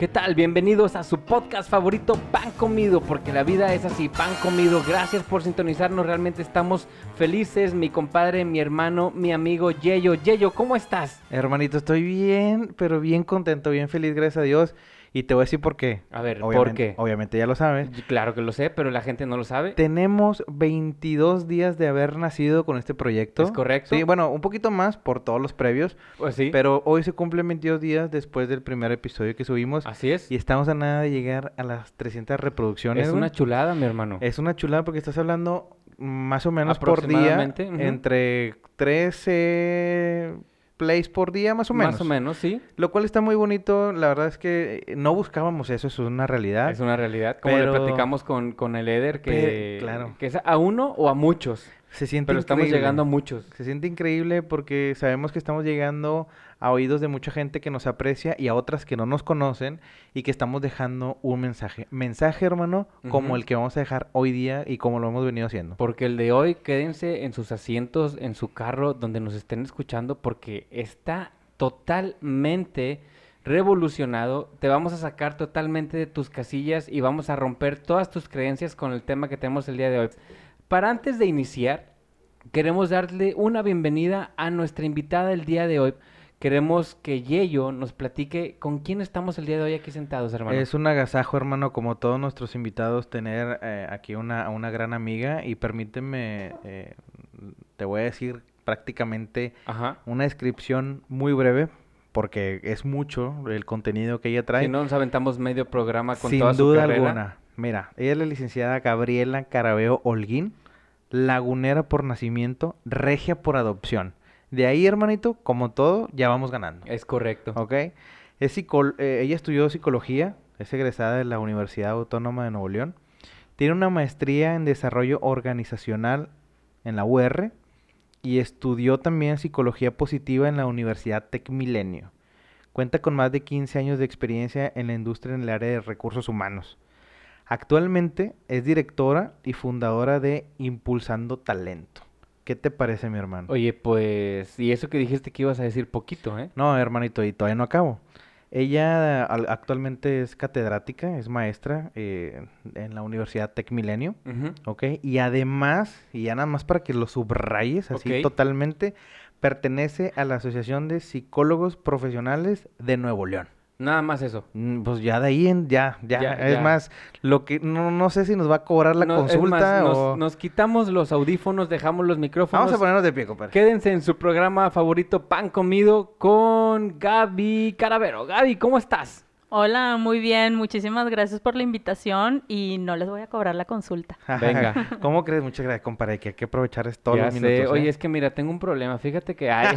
¿Qué tal? Bienvenidos a su podcast favorito, Pan Comido, porque la vida es así, pan comido. Gracias por sintonizarnos, realmente estamos felices. Mi compadre, mi hermano, mi amigo Yeyo. Yeyo, ¿cómo estás? Hermanito, estoy bien, pero bien contento, bien feliz, gracias a Dios. Y te voy a decir por qué. A ver, ¿por qué? Obviamente ya lo sabes. Claro que lo sé, pero la gente no lo sabe. Tenemos 22 días de haber nacido con este proyecto. ¿Es correcto? Sí, bueno, un poquito más por todos los previos. Pues sí. Pero hoy se cumplen 22 días después del primer episodio que subimos. Así es. Y estamos a nada de llegar a las 300 reproducciones. Es una chulada, mi hermano. Es una chulada porque estás hablando más o menos por día. Aproximadamente, Entre 13 plays por día, más o menos. Más o menos, sí. Lo cual está muy bonito. La verdad es que no buscábamos eso es una realidad. Es una realidad. Como le platicamos con el Eder, que, claro, que es a uno o a muchos. Se siente Pero increíble. estamos llegando a muchos. Se siente increíble porque sabemos que estamos llegando a oídos de mucha gente que nos aprecia y a otras que no nos conocen y que estamos dejando un mensaje. Mensaje, hermano, como el que vamos a dejar hoy día y como lo hemos venido haciendo. Porque el de hoy, quédense en sus asientos, en su carro, donde nos estén escuchando, porque está totalmente revolucionado. Te vamos a sacar totalmente de tus casillas y vamos a romper todas tus creencias con el tema que tenemos el día de hoy. Para antes de iniciar, queremos darle una bienvenida a nuestra invitada del día de hoy. Queremos que Yeyo nos platique con quién estamos el día de hoy aquí sentados, hermano. Es un agasajo, hermano, como todos nuestros invitados, tener aquí una gran amiga. Y permíteme, te voy a decir prácticamente una descripción muy breve, porque es mucho el contenido que ella trae. Si no, nos aventamos medio programa con sin toda su duda carrera. alguna. Mira, ella es la licenciada Gabriela Carabeo Holguín, lagunera por nacimiento, regia por adopción. De ahí, hermanito, como todo, ya vamos ganando. Es correcto. ¿Ok? Ella estudió psicología, es egresada de la Universidad Autónoma de Nuevo León. Tiene una maestría en desarrollo organizacional en la UR y estudió también psicología positiva en la Universidad TecMilenio. Cuenta con más de 15 años de experiencia en la industria en el área de recursos humanos. Actualmente es directora y fundadora de Impulsando Talento. ¿Qué te parece, mi hermano? Oye, pues, y eso que dijiste que ibas a decir poquito, ¿eh? No, hermanito, y todavía no acabo. Ella actualmente es catedrática, es maestra en la Universidad TecMilenio, ¿ok? Y además, y ya nada más para que lo subrayes así totalmente, pertenece a la Asociación de Psicólogos Profesionales de Nuevo León. Nada más eso. Pues ya de ahí ya. Es más, lo que no sé si nos va a cobrar la consulta es más, o... nos quitamos los audífonos, dejamos los micrófonos. Vamos a ponernos de pie, compadre. Quédense en su programa favorito, Pan Comido, con Gaby Carabero. Gaby, ¿cómo estás? Hola, muy bien. Muchísimas gracias por la invitación y no les voy a cobrar la consulta. Venga. ¿Cómo crees? Muchas gracias, compadre, que hay que aprovechar todos ya los minutos. Sé. Oye, es que mira, tengo un problema. Fíjate que hay...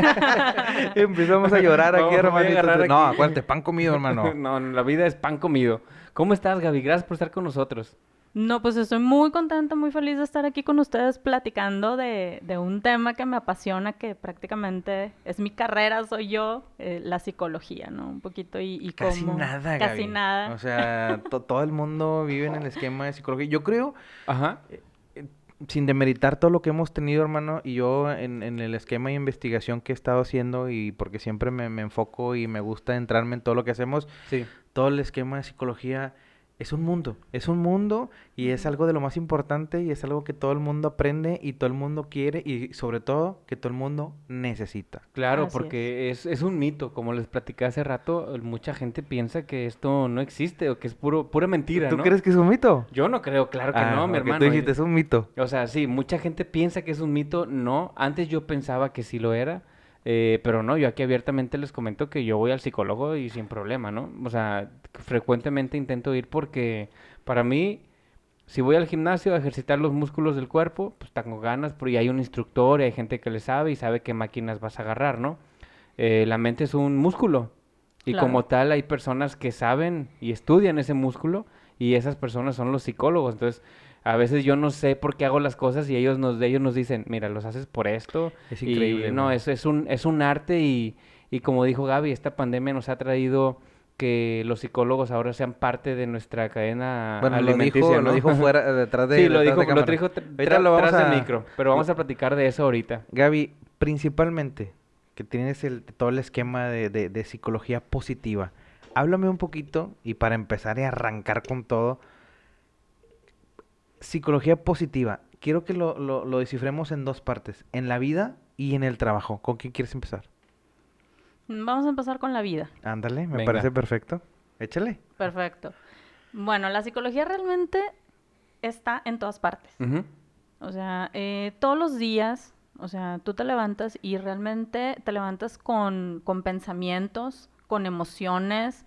Empezamos a llorar aquí, hermanito. No, acuérdate, pan comido, hermano. No, la vida es pan comido. ¿Cómo estás, Gaby? Gracias por estar con nosotros. No, pues estoy muy contenta, muy feliz de estar aquí con ustedes platicando de un tema que me apasiona, que prácticamente es mi carrera, soy yo, la psicología, ¿no? Un poquito y casi cómo... nada, Casi Gaby. nada. O sea, todo el mundo vive en el esquema de psicología. Yo creo, sin demeritar todo lo que hemos tenido, hermano, y yo en el esquema de investigación que he estado haciendo, y porque siempre me enfoco y me gusta entrarme en todo lo que hacemos, todo el esquema de psicología... Es un mundo y es algo de lo más importante y es algo que todo el mundo aprende y todo el mundo quiere y sobre todo que todo el mundo necesita. Claro, Así porque es un mito, como les platicé hace rato, mucha gente piensa que esto no existe o que es pura mentira, ¿Tú ¿no? crees que es un mito? Yo no creo, claro que no, mi hermano. Tú dijiste, es un mito. O sea, sí, mucha gente piensa que es un mito, no. Antes yo pensaba que sí lo era. Pero no, yo aquí abiertamente les comento que yo voy al psicólogo y sin problema, ¿no? O sea, frecuentemente intento ir porque para mí, si voy al gimnasio a ejercitar los músculos del cuerpo, pues tengo ganas, porque hay un instructor y hay gente que le sabe y sabe qué máquinas vas a agarrar, ¿no? La mente es un músculo y como tal hay personas que saben y estudian ese músculo y esas personas son los psicólogos, entonces... A veces yo no sé por qué hago las cosas y ellos nos dicen, mira, los haces por esto. Es increíble. Y, no, es un arte y como dijo Gaby, esta pandemia nos ha traído que los psicólogos ahora sean parte de nuestra cadena alimenticia, ¿no? Lo dijo fuera, detrás de sí, lo dijo cámara. detrás del micro, pero vamos a platicar de eso ahorita. Gaby, principalmente, que tienes todo el esquema de psicología positiva, háblame un poquito y para empezar y arrancar con todo, psicología positiva. Quiero que lo descifremos en dos partes, en la vida y en el trabajo. ¿Con quién quieres empezar? Vamos a empezar con la vida. Ándale, me Venga. parece perfecto. Échale. Perfecto. Bueno, la psicología realmente está en todas partes. Ujú. O sea, todos los días, o sea, tú te levantas y realmente te levantas con pensamientos, con emociones,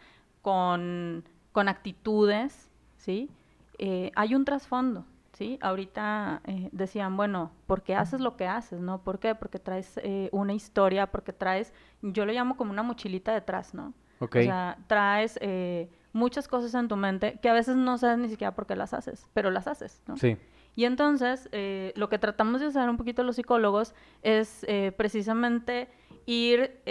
con actitudes, ¿sí? Hay un trasfondo, ¿sí? Ahorita decían, bueno, ¿por qué haces lo que haces, no? ¿Por qué? Porque traes una historia, porque traes, yo lo llamo como una mochilita detrás, ¿no? Ok. O sea, traes muchas cosas en tu mente que a veces no sabes ni siquiera por qué las haces, pero las haces, ¿no? Sí. Y entonces, lo que tratamos de hacer un poquito los psicólogos es precisamente ir,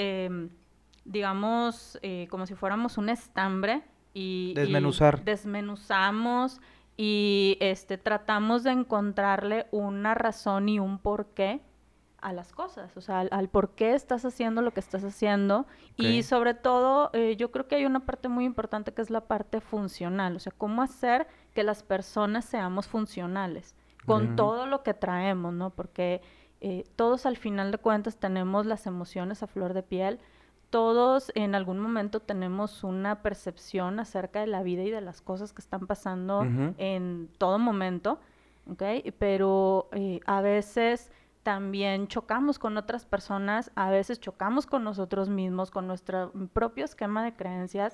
digamos, como si fuéramos un estambre y Desmenuzar. desmenuzamos y tratamos de encontrarle una razón y un porqué a las cosas, o sea, al por qué estás haciendo lo que estás haciendo. Y Ok. sobre todo, yo creo que hay una parte muy importante que es la parte funcional, o sea, cómo hacer que las personas seamos funcionales con Ujú. todo lo que traemos, ¿no? Porque todos al final de cuentas tenemos las emociones a flor de piel, todos en algún momento tenemos una percepción acerca de la vida y de las cosas que están pasando Ujú. en todo momento, ¿ok? Pero a veces también chocamos con otras personas, a veces chocamos con nosotros mismos, con nuestro propio esquema de creencias.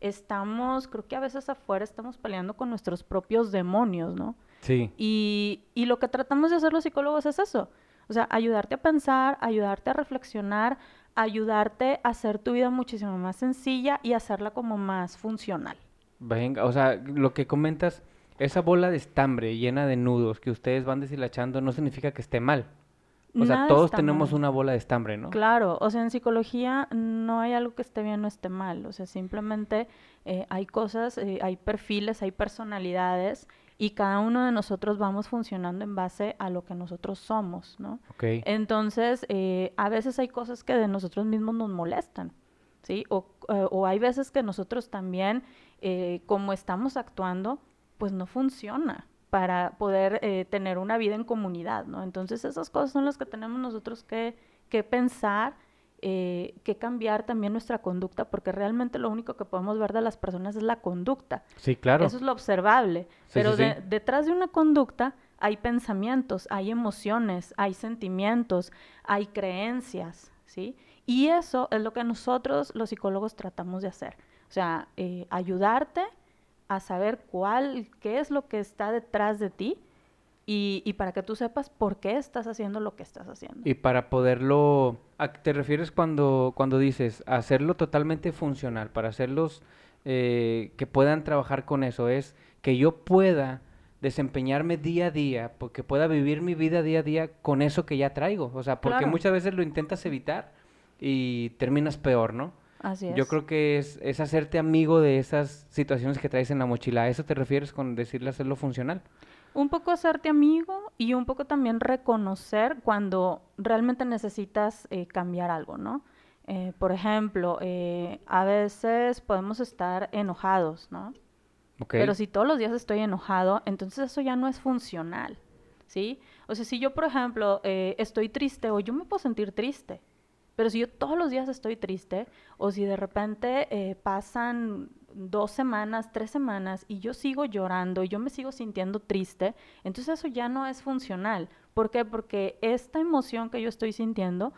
Creo que a veces afuera estamos peleando con nuestros propios demonios, ¿no? Sí. Y lo que tratamos de hacer los psicólogos es eso. O sea, ayudarte a pensar, ayudarte a reflexionar, ayudarte a hacer tu vida muchísimo más sencilla y hacerla como más funcional. Venga, o sea, lo que comentas, esa bola de estambre llena de nudos que ustedes van deshilachando no significa que esté mal. O sea, Nada todos está tenemos mal. una bola de estambre, ¿no? Claro, o sea, en psicología no hay algo que esté bien o esté mal, o sea, simplemente hay cosas, hay perfiles, hay personalidades y cada uno de nosotros vamos funcionando en base a lo que nosotros somos, ¿no? Ok. Entonces, a veces hay cosas que de nosotros mismos nos molestan, ¿sí? O hay veces que nosotros también, como estamos actuando, pues no funciona para poder tener una vida en comunidad, ¿no? Entonces, esas cosas son las que tenemos nosotros que pensar, que cambiar también nuestra conducta, porque realmente lo único que podemos ver de las personas es la conducta. Sí, claro. Eso es lo observable. Sí, Pero sí, sí. detrás de una conducta hay pensamientos, hay emociones, hay sentimientos, hay creencias, ¿sí? Y eso es lo que nosotros, los psicólogos, tratamos de hacer. O sea, ayudarte a saber qué es lo que está detrás de ti y para que tú sepas por qué estás haciendo lo que estás haciendo. Y para poderlo, ¿a qué te refieres cuando dices hacerlo totalmente funcional, para hacerlos que puedan trabajar con eso? Es que yo pueda desempeñarme día a día, porque pueda vivir mi vida día a día con eso que ya traigo. O sea, porque Claro. muchas veces lo intentas evitar y terminas peor, ¿no? Así es. Yo creo que es hacerte amigo de esas situaciones que traes en la mochila. ¿A eso te refieres con decirle hacerlo funcional? Un poco hacerte amigo y un poco también reconocer cuando realmente necesitas cambiar algo, ¿no? Por ejemplo, a veces podemos estar enojados, ¿no? Ok. Pero si todos los días estoy enojado, entonces eso ya no es funcional, ¿sí? O sea, si yo, por ejemplo, estoy triste o yo me puedo sentir triste, pero si yo todos los días estoy triste o si de repente pasan 2 semanas, 3 semanas y yo sigo llorando y yo me sigo sintiendo triste, entonces eso ya no es funcional. ¿Por qué? Porque esta emoción que yo estoy sintiendo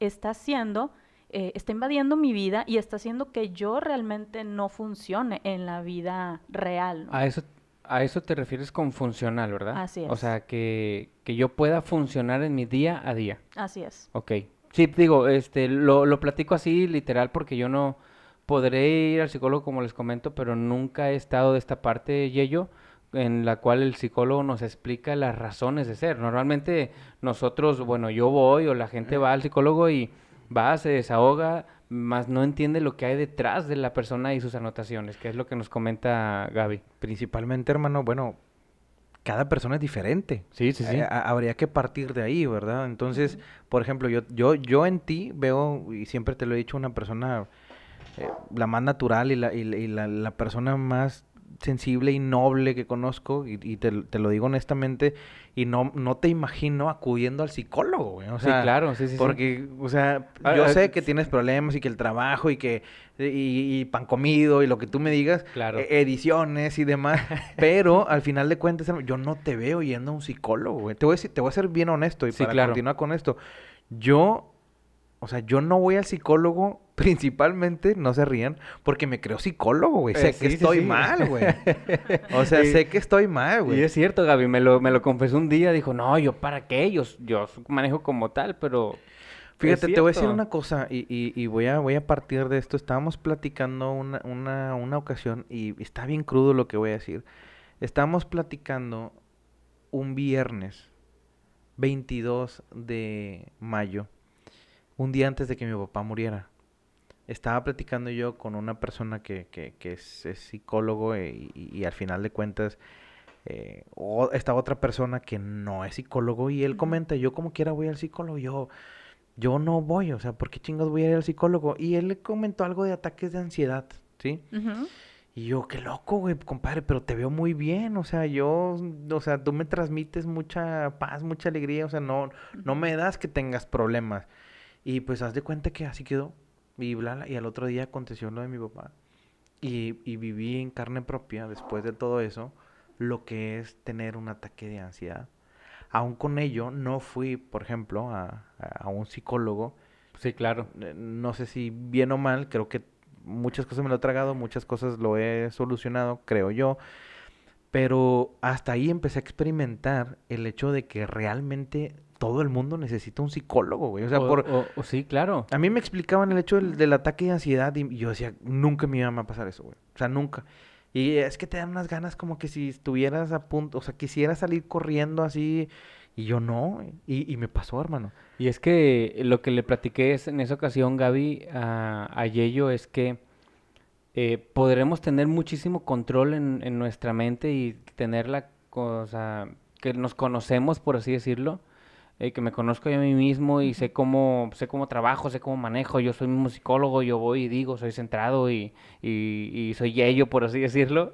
está invadiendo mi vida y está haciendo que yo realmente no funcione en la vida real, ¿no? A eso te refieres con funcional, ¿verdad? Así O es. sea, que yo pueda funcionar en mi día a día. Así es. Ok. Sí, digo, lo platico así literal porque yo no podré ir al psicólogo como les comento, pero nunca he estado de esta parte, Yello, en la cual el psicólogo nos explica las razones de ser. Normalmente nosotros, bueno, yo voy o la gente va al psicólogo y va, se desahoga, más no entiende lo que hay detrás de la persona y sus anotaciones, que es lo que nos comenta Gaby. Principalmente, hermano, bueno, cada persona es diferente. Sí, sí, sí. Habría que partir de ahí, ¿verdad? Entonces, por ejemplo, yo en ti veo, y siempre te lo he dicho, una persona la más natural y la persona más sensible y noble que conozco, y te lo digo honestamente, y no te imagino acudiendo al psicólogo, güey. O sea, Sí, claro, sí. porque, o sea, yo sé que tienes problemas y que el trabajo y pan comido y lo que tú me digas, Claro. ediciones y demás, pero al final de cuentas yo no te veo yendo a un psicólogo, güey. Te voy a ser bien honesto y Sí, para claro. continuar con esto. O sea, yo no voy al psicólogo principalmente, no se rían, porque me creo psicólogo, güey. Sé que Sí, estoy sí. mal, güey. O sea, Y- sé que estoy mal, Y güey. es cierto, Gaby, me lo confesó un día, dijo, no, ¿yo para qué? Yo manejo como tal, pero es Fíjate, te voy a decir cierto. una cosa y voy a partir de esto. Estábamos platicando una ocasión y está bien crudo lo que voy a decir. Estábamos platicando un viernes 22 de mayo, un día antes de que mi papá muriera. Estaba platicando yo con una persona que es psicólogo y al final de cuentas esta otra persona que no es psicólogo y él Ujú. comenta, yo como quiera voy al psicólogo, yo no voy, o sea, ¿por qué chingados voy a ir al psicólogo? Y él le comentó algo de ataques de ansiedad, ¿sí? Ujú. Y yo, qué loco, güey, compadre, pero te veo muy bien, o sea, o sea, tú me transmites mucha paz, mucha alegría, o sea, no me das que tengas problemas. Y pues haz de cuenta que así quedó. Y bla, bla, y al otro día aconteció lo de mi papá. Y viví en carne propia, después de todo eso, lo que es tener un ataque de ansiedad. Aún con ello, no fui, por ejemplo, a un psicólogo. Sí, claro. No sé si bien o mal, creo que muchas cosas me lo he tragado, muchas cosas lo he solucionado, creo yo. Pero hasta ahí empecé a experimentar el hecho de que realmente todo el mundo necesita un psicólogo, güey. O sea, Sí, claro. a mí me explicaban el hecho del ataque de ansiedad y yo decía, nunca me iba a pasar eso, güey. O sea, nunca. Y es que te dan unas ganas como que si estuvieras a punto, o sea, quisieras salir corriendo así y yo no, güey. Y me pasó, hermano. Y es que lo que le platiqué en esa ocasión, Gaby, a Yello, es que podremos tener muchísimo control en nuestra mente y tener la cosa, que nos conocemos, por así decirlo, que me conozco yo a mí mismo y Ujú. sé cómo trabajo, sé cómo manejo, yo soy mismo psicólogo, yo voy y digo, soy centrado y soy Yello, por así decirlo,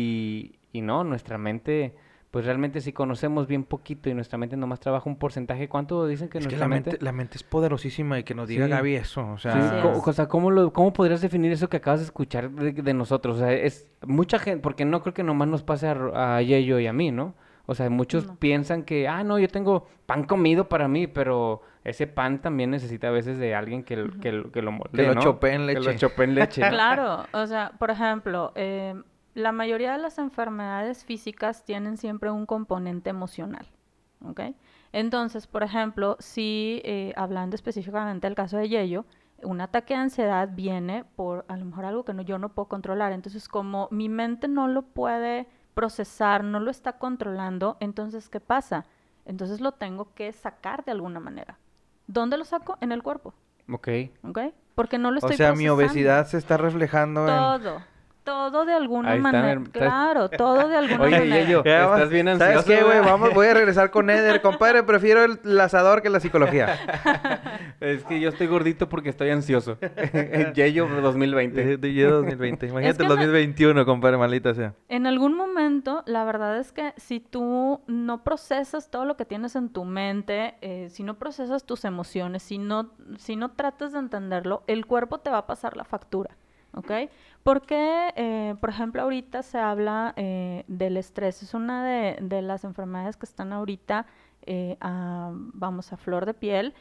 y no, nuestra mente, pues realmente si conocemos bien poquito y nuestra mente nomás trabaja un porcentaje, ¿cuánto dicen que Es que nuestra mente? la mente es poderosísima y que nos diga Sí. Gaby eso, o Sí, Así sea, es. o sea, ¿cómo podrías definir eso que acabas de escuchar de nosotros? O sea, es mucha gente, porque no creo que nomás nos pase a Yello y a mí, ¿no? O sea, muchos No. piensan que, no, yo tengo pan comido para mí, pero ese pan también necesita a veces de alguien Ujú. que lo que moldee, lo ¿no? chopee en Que lo leche. chope en leche, ¿no? Claro, o sea, por ejemplo, la mayoría de las enfermedades físicas tienen siempre un componente emocional, ¿ok? Entonces, por ejemplo, si hablando específicamente del caso de Yello, un ataque de ansiedad viene por a lo mejor algo que yo no puedo controlar. Entonces, como mi mente no lo puede procesar, no lo está controlando, entonces, ¿qué pasa? Entonces lo tengo que sacar de alguna manera. ¿Dónde lo saco? En el cuerpo, Ok. ¿ok? Porque no lo O estoy sea, mi procesando. obesidad se está reflejando en... Todo de alguna Ahí está, manera. Claro, todo de alguna Oye, manera. Yello, Ya va- estás bien ¿Sabes ansioso, qué, güey? ¿verdad? Voy a regresar con Eder. Compadre, prefiero el asador que la psicología. Es que yo estoy gordito porque estoy ansioso. Yello 2020. De yo 2020. Imagínate que el 2021, compadre, maldita sea. En algún momento, la verdad es que si tú no procesas todo lo que tienes en tu mente, si no procesas tus emociones, si no tratas de entenderlo, el cuerpo te va a pasar la factura, ¿ok? Porque, por ejemplo, ahorita se habla del estrés. Es una de las enfermedades que están ahorita, vamos, a flor de piel.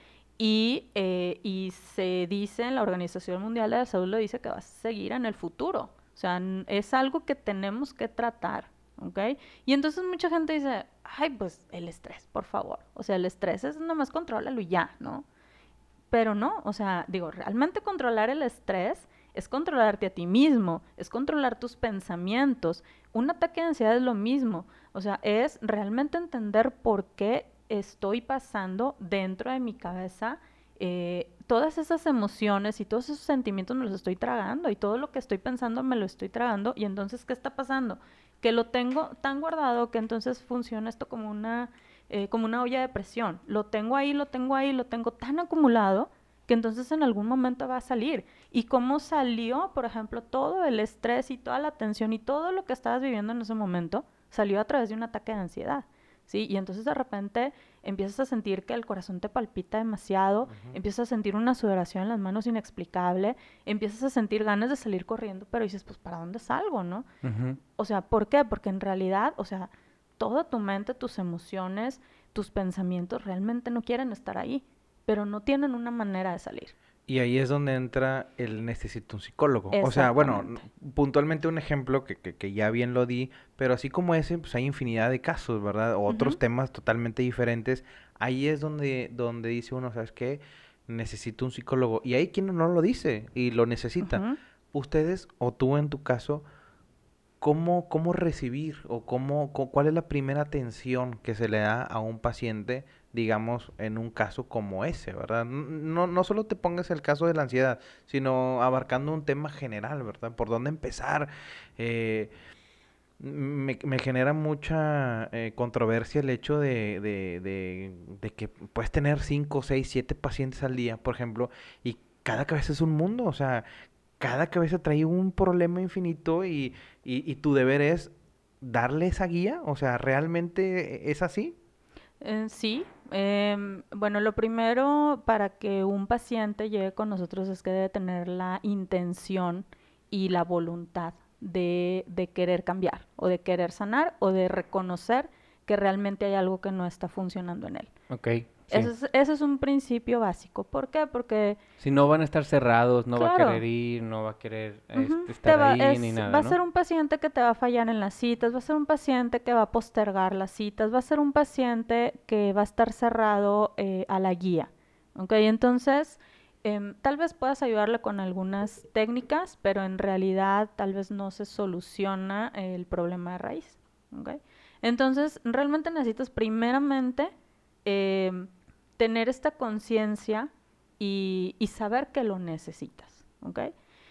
Y se dice, la Organización Mundial de la Salud lo dice, que va a seguir en el futuro. O sea, es algo que tenemos que tratar, ¿ok? Y entonces mucha gente dice, ay, pues el estrés, por favor. O sea, el estrés es nomás contrólalo y ya, ¿no? Pero no, o sea, digo, realmente controlar el estrés es controlarte a ti mismo, es controlar tus pensamientos. Un ataque de ansiedad es lo mismo, o sea, es realmente entender por qué estoy pasando dentro de mi cabeza todas esas emociones y todos esos sentimientos me los estoy tragando y todo lo que estoy pensando me lo estoy tragando y entonces, ¿qué está pasando? Que lo tengo tan guardado que entonces funciona esto como una olla de presión. Lo tengo ahí, lo tengo ahí, lo tengo tan acumulado que entonces en algún momento va a salir. Y cómo salió, por ejemplo, todo el estrés y toda la tensión y todo lo que estabas viviendo en ese momento, salió a través de un ataque de ansiedad, ¿sí? Y entonces de repente empiezas a sentir que el corazón te palpita demasiado, empiezas a sentir una sudoración en las manos inexplicable, empiezas a sentir ganas de salir corriendo, pero dices, pues, ¿para dónde salgo, no? O sea, ¿por qué? Porque en realidad, o sea, toda tu mente, tus emociones, tus pensamientos realmente no quieren estar ahí, pero no tienen una manera de salir. Y ahí es donde entra el necesito un psicólogo. O sea, bueno, puntualmente un ejemplo que ya bien lo di, pero así como ese, pues hay infinidad de casos, ¿verdad? O otros temas totalmente diferentes. Ahí es donde dice uno, ¿sabes qué? Necesito un psicólogo. Y hay quien no lo dice y lo necesita. Ustedes, o tú en tu caso, ¿cómo recibir o cuál es la primera atención que se le da a un paciente, digamos, en un caso como ese, ¿verdad? No solo te pongas el caso de la ansiedad, sino abarcando un tema general, ¿verdad? ¿Por dónde empezar? Me genera mucha controversia el hecho de que puedes tener 5, 6, 7 pacientes al día, por ejemplo, y cada cabeza es un mundo, o sea, cada cabeza trae un problema infinito y tu deber es darle esa guía, o sea, ¿realmente es así? Sí. Bueno, lo primero para que un paciente llegue con nosotros es que debe tener la intención y la voluntad de querer cambiar o de querer sanar o de reconocer que realmente hay algo que no está funcionando en él. Ok. Sí. Ese es un principio básico. ¿Por qué? Porque... Si no van a estar cerrados, no va a querer ir, no va a querer estar ahí ni nada, va a ser un paciente que te va a fallar en las citas, va a ser un paciente que va a postergar las citas, va a ser un paciente que va a estar cerrado a la guía. ¿Ok? Entonces, tal vez puedas ayudarle con algunas técnicas, pero en realidad tal vez no se soluciona el problema de raíz. ¿Ok? Entonces, realmente necesitas primeramente... tener esta conciencia y saber que lo necesitas, ¿ok?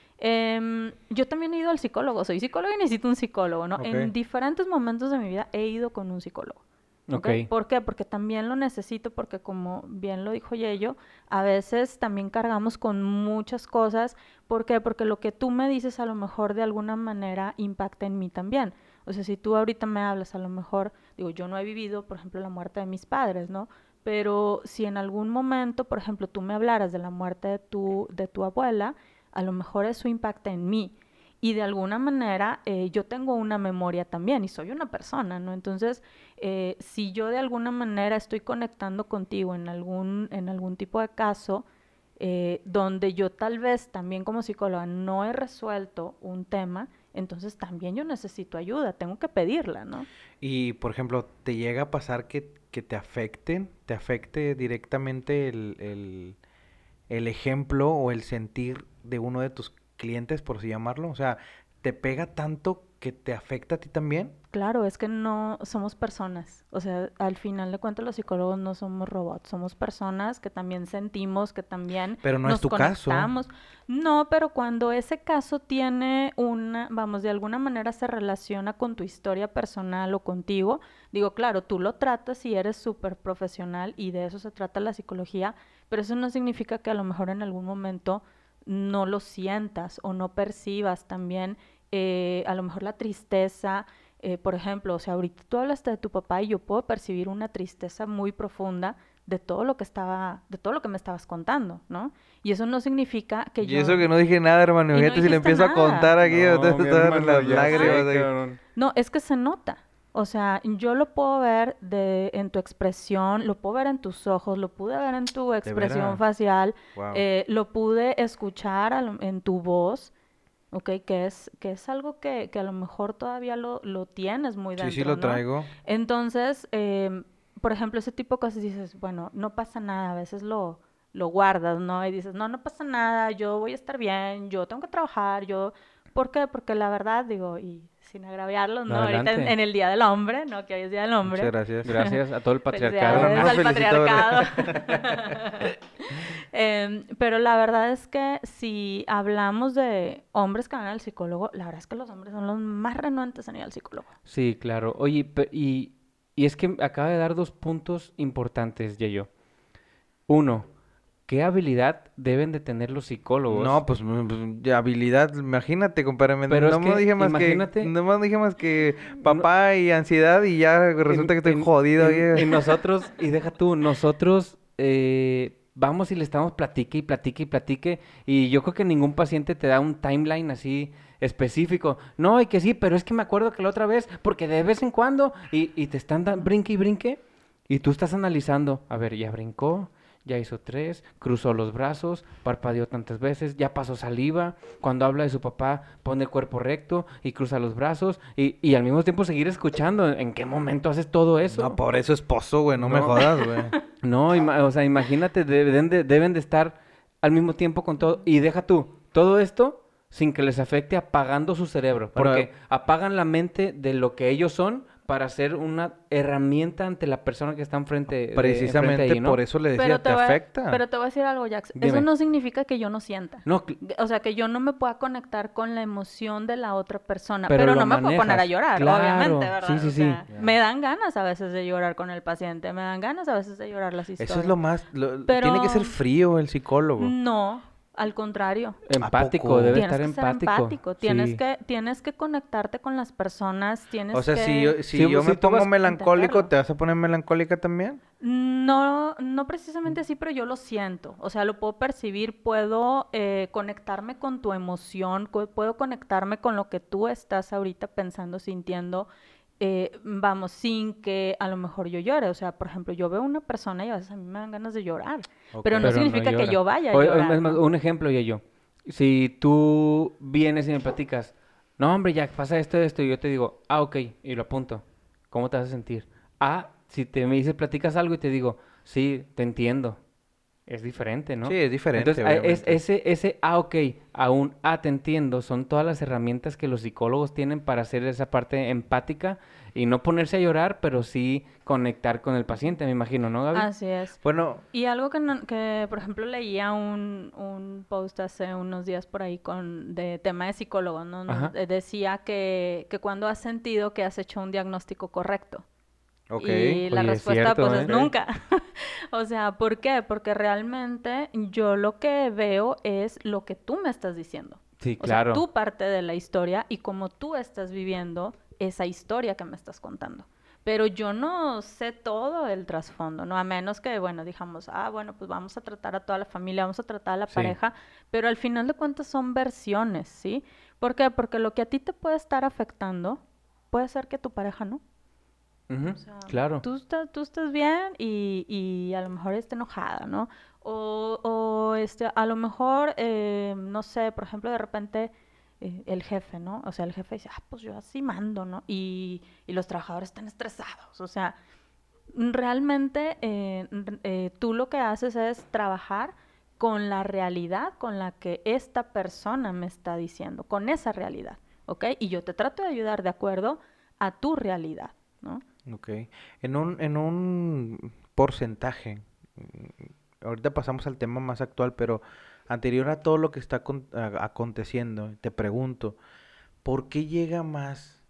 Yo también he ido al psicólogo, soy psicóloga y necesito un psicólogo, ¿no? Okay. En diferentes momentos de mi vida he ido con un psicólogo. ¿Okay? ¿Por qué? Porque también lo necesito, porque como bien lo dijo Yello, a veces también cargamos con muchas cosas. ¿Por qué? Porque lo que tú me dices a lo mejor de alguna manera impacta en mí también. O sea, si tú ahorita me hablas, a lo mejor, digo, yo no he vivido, por ejemplo, la muerte de mis padres, ¿no? Pero si en algún momento, por ejemplo, tú me hablaras de la muerte de tu abuela, a lo mejor eso impacta en mí. Y de alguna manera yo tengo una memoria también y soy una persona, ¿no? Entonces, si yo de alguna manera estoy conectando contigo en algún tipo de caso donde yo tal vez también como psicóloga no he resuelto un tema, entonces también yo necesito ayuda, tengo que pedirla, ¿no? Y, por ejemplo, ¿te llega a pasar que te afecte directamente el ejemplo o el sentir de uno de tus clientes, por así llamarlo? O sea, ¿te pega tanto que te afecta a ti también? Claro, es que no somos personas. O sea, al final de cuentas los psicólogos no somos robots, somos personas que también sentimos, que también pero no nos es tu conectamos. caso. No, pero cuando ese caso tiene de alguna manera se relaciona con tu historia personal o contigo, digo, claro, tú lo tratas y eres súper profesional y de eso se trata la psicología, pero eso no significa que a lo mejor en algún momento no lo sientas o no percibas también a lo mejor la tristeza. Por ejemplo, o sea, ahorita tú hablaste de tu papá y yo puedo percibir una tristeza muy profunda de todo lo que me estabas contando, ¿no? Y eso no significa que Y eso que no dije nada, hermano. Y no Fíjate si le dijiste empiezo a nada. contar aquí, No, te mi estaban hermano, las ya lágrimas. sé, ahí. cabrón. No, es que se nota. O sea, yo lo puedo ver en tu expresión, lo puedo ver en tus ojos, lo pude ver en tu expresión veras? facial, Wow. lo pude escuchar en tu voz, ¿ok? Que es algo que a lo mejor todavía lo tienes muy dentro, Sí, lo ¿no? traigo. Entonces, por ejemplo, ese tipo de cosas dices, bueno, no pasa nada, a veces lo guardas, ¿no? Y dices, no pasa nada, yo voy a estar bien, yo tengo que trabajar, ¿Por qué? Porque la verdad, digo, y sin agraviarlos, ¿no? Ahorita Adelante. en el Día del Hombre, ¿no? Que hoy es Día del Hombre. Muchas gracias. Gracias a todo el patriarcado. Felicidades no, al felicito, patriarcado. Pero la verdad es que si hablamos de hombres que van al psicólogo, la verdad es que los hombres son los más renuentes en ir al psicólogo. Sí, claro. Oye, y es que acaba de dar 2 puntos importantes, Yeyo. Uno, ¿qué habilidad deben de tener los psicólogos? No, pues de habilidad, imagínate, compadre. Pero es No me que, dije más imagínate, no me dije más que no- papá y ansiedad y ya resulta que estoy jodido. oye. en nosotros, y deja tú, nosotros vamos y le estamos platique y platique y platique, y yo creo que ningún paciente te da un timeline así específico. No, y que sí, pero es que me acuerdo que la otra vez, porque de vez en cuando, y te están brinque y brinque, y tú estás analizando, a ver, ya brincó, ya hizo 3, cruzó los brazos, parpadeó tantas veces, ya pasó saliva, cuando habla de su papá pone el cuerpo recto y cruza los brazos y al mismo tiempo seguir escuchando. ¿En qué momento haces todo eso? No, por eso esposo, güey, no me No. jodas, güey. No, o sea, imagínate, deben de estar al mismo tiempo con todo. Y deja tú, todo esto sin que les afecte apagando su cerebro. Pero- Porque apagan la mente de lo que ellos son para ser una herramienta ante la persona que está enfrente, Precisamente enfrente ahí, ¿no? por eso le decía, ¿te afecta? Pero te voy a decir algo, Jax. Dime. Eso no significa que yo no sienta. No, O sea, que yo no me pueda conectar con la emoción de la otra persona. Pero Pero lo no me puedo poner a manejas. llorar, Claro, obviamente, ¿verdad? sí, sí, O sí. sea, me dan ganas a veces de llorar con el paciente. Me dan ganas a veces de llorar las historias. Eso es lo más... Pero- Tiene que ser frío el psicólogo. No, al contrario. empático, poco? debe Tienes estar que ser empático. empático. Tienes Sí. tienes que conectarte con las personas. Tienes O sea, que... si yo Sí, me si tú pongo vas a melancólico, entenderlo. ¿te vas a poner melancólica también? No, no precisamente así, pero yo lo siento. O sea, lo puedo percibir, puedo conectarme con tu emoción, puedo conectarme con lo que tú estás ahorita pensando, sintiendo, vamos, sin que a lo mejor yo llore. O sea, por ejemplo, yo veo una persona y a veces a mí me dan ganas de llorar, Ok. pero no Pero significa que llora. yo vaya a O- llorar, es más, ¿no? un ejemplo, yo. Si tú vienes y me platicas, no, hombre, ya pasa esto, y yo te digo, ah, ok, y lo apunto. ¿Cómo te vas a sentir? Ah, si me dices, platicas algo y te digo, sí, te entiendo. Es diferente, ¿no? Sí, es diferente, Entonces, obviamente. ok, te entiendo, son todas las herramientas que los psicólogos tienen para hacer esa parte empática y no ponerse a llorar, pero sí conectar con el paciente, me imagino, ¿no, Gaby? Así es. Bueno, Y algo que, por ejemplo, leía un post hace unos días por ahí de tema de psicólogo, ¿no? Ajá. Decía que cuando has sentido que has hecho un diagnóstico correcto. ok. Y la Oye, es respuesta cierto, pues ¿eh? es nunca. O sea, ¿por qué? Porque realmente yo lo que veo es lo que tú me estás diciendo. Sí, O sea, claro. tú parte de la historia y cómo tú estás viviendo esa historia que me estás contando. Pero yo no sé todo el trasfondo, ¿no? A menos que, bueno, digamos, bueno, pues vamos a tratar a toda la familia, vamos a tratar a la Sí. pareja, pero al final de cuentas son versiones, ¿sí? ¿Por qué? Porque lo que a ti te puede estar afectando puede ser que a tu pareja no. Ujú, O sea, claro. tú estás bien y a lo mejor está enojada, ¿no? O a lo mejor, no sé, por ejemplo, de repente el jefe, ¿no? O sea, el jefe dice, pues yo así mando, ¿no? Y los trabajadores están estresados. O sea, realmente tú lo que haces es trabajar con la realidad con la que esta persona me está diciendo, con esa realidad, ¿ok? Y yo te trato de ayudar de acuerdo a tu realidad, ¿no? Ok. En un porcentaje, ahorita pasamos al tema más actual, pero anterior a todo lo que está aconteciendo, te pregunto, ¿por qué llega más,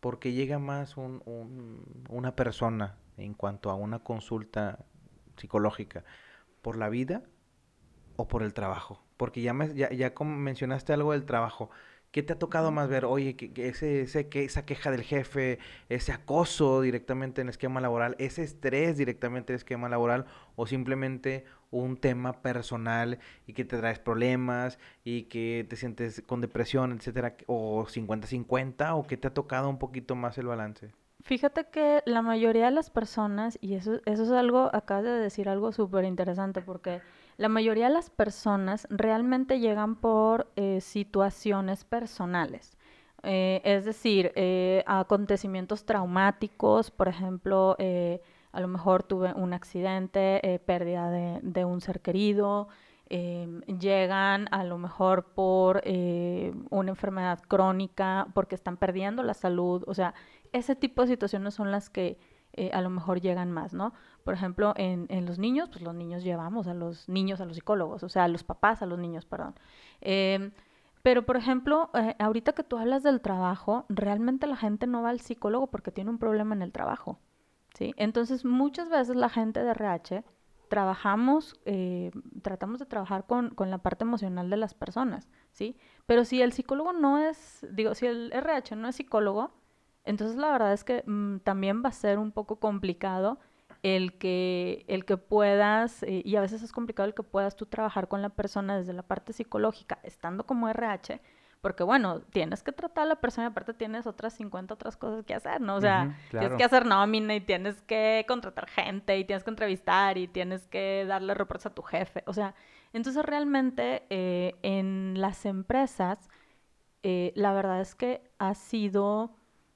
una persona en cuanto a una consulta psicológica? ¿Por la vida o por el trabajo? Porque ya como mencionaste algo del trabajo. ¿Qué te ha tocado más ver? Oye, que esa queja del jefe, ese acoso directamente en el esquema laboral, ese estrés directamente en el esquema laboral, o simplemente un tema personal y que te traes problemas y que te sientes con depresión, etcétera, o 50-50, o que te ha tocado un poquito más el balance? Fíjate que la mayoría de las personas, y eso es algo, acabas de decir algo súper interesante, porque la mayoría de las personas realmente llegan por situaciones personales. Es decir, acontecimientos traumáticos, por ejemplo, a lo mejor tuve un accidente, pérdida de un ser querido, llegan a lo mejor por una enfermedad crónica, porque están perdiendo la salud, o sea, ese tipo de situaciones son las que a lo mejor llegan más, ¿no? Por ejemplo, en los niños, pues los niños llevamos a los niños a los psicólogos, o sea, a los papás a los niños, perdón. Pero, por ejemplo, ahorita que tú hablas del trabajo, realmente la gente no va al psicólogo porque tiene un problema en el trabajo, ¿sí? Entonces, muchas veces la gente de RH tratamos de trabajar con la parte emocional de las personas, ¿sí? Pero si el psicólogo no es, si el RH no es psicólogo, entonces la verdad es que también va a ser un poco complicado el que puedas, y a veces es complicado el que puedas tú trabajar con la persona desde la parte psicológica, estando como RH, porque bueno, tienes que tratar a la persona y aparte tienes otras 50 otras cosas que hacer, ¿no? O sea, tienes claro. que hacer nómina y tienes que contratar gente y tienes que entrevistar y tienes que darle reportes a tu jefe. O sea, entonces realmente en las empresas, la verdad es que ha sido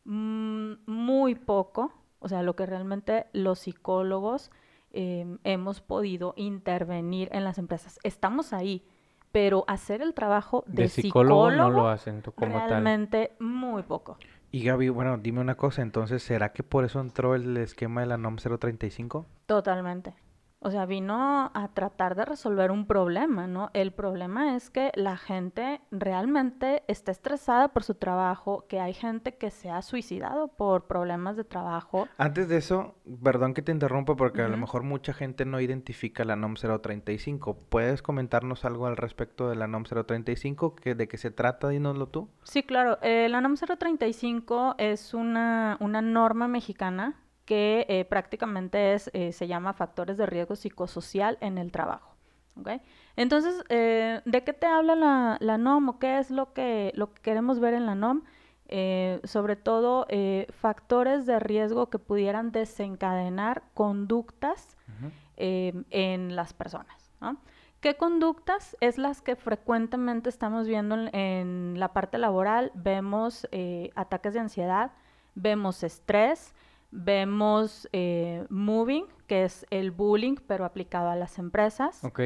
muy poco, o sea, lo que realmente los psicólogos hemos podido intervenir en las empresas. Estamos ahí, pero hacer el trabajo De de psicólogo no lo psicólogo, hacen como tal. realmente muy poco. Y Gaby, bueno, dime una cosa, entonces, ¿será que por eso entró el esquema de la NOM 035? Totalmente. O sea, vino a tratar de resolver un problema, ¿no? El problema es que la gente realmente está estresada por su trabajo, que hay gente que se ha suicidado por problemas de trabajo. Antes de eso, perdón que te interrumpa porque a lo Ujú. mejor mucha gente no identifica la NOM 035. ¿Puedes comentarnos algo al respecto de la NOM 035? ¿De qué se trata? Dínoslo tú. Sí, claro. La NOM 035 es una norma mexicana que prácticamente se llama factores de riesgo psicosocial en el trabajo. ¿Ok? Entonces, ¿de qué te habla la NOM o qué es lo que queremos ver en la NOM? Sobre todo, factores de riesgo que pudieran desencadenar conductas Ujú. en las personas, ¿no? ¿Qué conductas es las que frecuentemente estamos viendo en la parte laboral? Vemos ataques de ansiedad, vemos estrés, vemos moving, que es el bullying, pero aplicado a las empresas. Ok.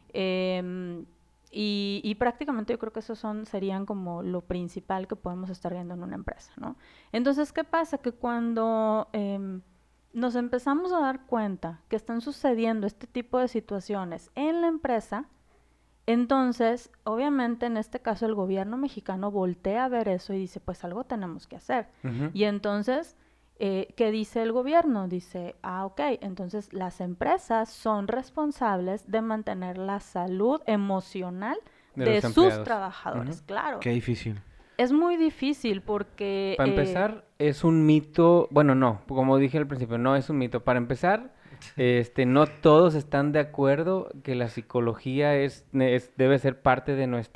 Y prácticamente yo creo que serían como lo principal que podemos estar viendo en una empresa, ¿no? Entonces, ¿qué pasa? Que cuando nos empezamos a dar cuenta que están sucediendo este tipo de situaciones en la empresa, entonces, obviamente, en este caso, el gobierno mexicano voltea a ver eso y dice, pues algo tenemos que hacer. Ujú. Y entonces, ¿qué dice el gobierno? Dice, ok, entonces las empresas son responsables de mantener la salud emocional De de los sus empleados. trabajadores. Ujú. Claro, Qué difícil. es muy difícil porque... Para empezar, es un mito, bueno, no, como dije al principio, no es un mito. Para empezar, no todos están de acuerdo que la psicología debe ser parte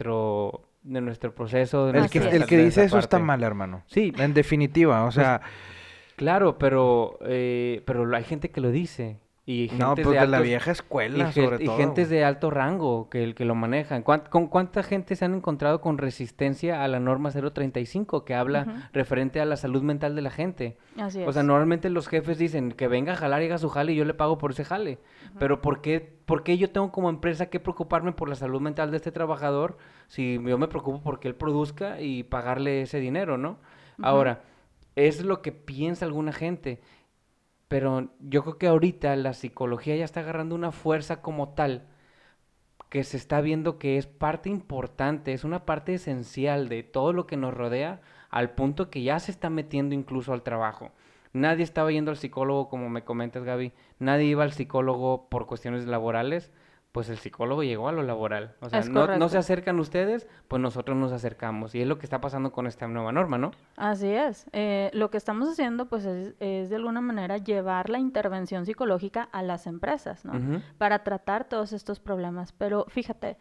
de nuestro proceso, de Así es. El que de dice esa eso está parte. mal, hermano. Sí, En definitiva, o sea, claro, pero hay gente que lo dice. Y no, gentes pues de de la altos, vieja escuela, y sobre todo. gentes güey. de alto rango que lo manejan. ¿Con cuánta gente se han encontrado con resistencia a la norma 035 que habla Ujú, referente a la salud mental de la gente? así O sea, es. normalmente los jefes dicen que venga a jalar y haga su jale y yo le pago por ese jale. Pero ¿por qué yo tengo como empresa que preocuparme por la salud mental de este trabajador si yo me preocupo porque él produzca y pagarle ese dinero, ¿no? Ujú. Ahora, es lo que piensa alguna gente. Pero yo creo que ahorita la psicología ya está agarrando una fuerza como tal que se está viendo que es parte importante, es una parte esencial de todo lo que nos rodea, al punto que ya se está metiendo incluso al trabajo. Nadie estaba yendo al psicólogo, como me comentas, Gaby. Nadie iba al psicólogo por cuestiones laborales. Pues el psicólogo llegó a lo laboral. O sea, Es no se correcto. acercan ustedes, pues nosotros nos acercamos. Y es lo que está pasando con esta nueva norma, ¿no? Así es. Lo que estamos haciendo, pues, es de alguna manera llevar la intervención psicológica a las empresas, ¿no? Ujú. Para tratar todos estos problemas. Pero fíjate,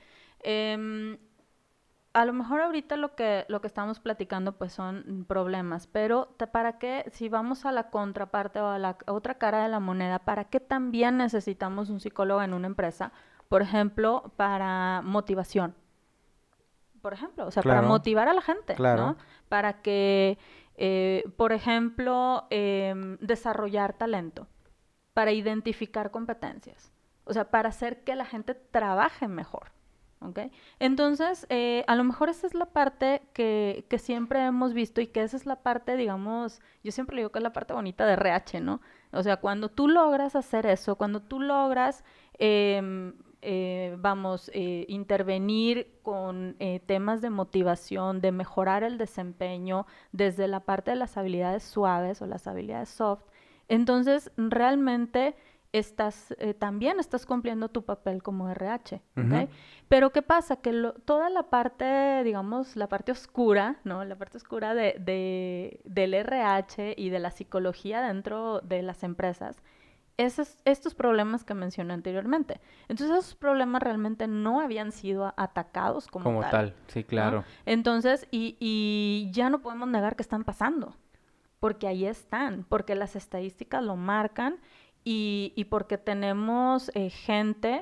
a lo mejor ahorita lo que estamos platicando, pues, son problemas. Pero ¿para qué? Si vamos a la contraparte o a la otra cara de la moneda, ¿para qué también necesitamos un psicólogo en una empresa? Por ejemplo, para motivación. Por ejemplo, o sea, para Claro, motivar a la gente, claro. ¿no? Para que, por ejemplo, desarrollar talento, para identificar competencias, o sea, para hacer que la gente trabaje mejor, ¿ok? Entonces, a lo mejor esa es la parte que siempre hemos visto y que esa es la parte, digamos, yo siempre le digo que es la parte bonita de RH, ¿no? O sea, cuando tú logras hacer eso, cuando tú logras intervenir con temas de motivación, de mejorar el desempeño desde la parte de las habilidades suaves o las habilidades soft, entonces realmente también estás cumpliendo tu papel como RH, ¿ok? Ujú. Pero ¿qué pasa? Que toda la parte, digamos, la parte oscura, ¿no? La parte oscura del RH y de la psicología dentro de las empresas, estos problemas que mencioné anteriormente. Entonces, esos problemas realmente no habían sido atacados como tal, Sí, ¿no? claro. Entonces, y ya no podemos negar que están pasando, porque ahí están, porque las estadísticas lo marcan y porque tenemos gente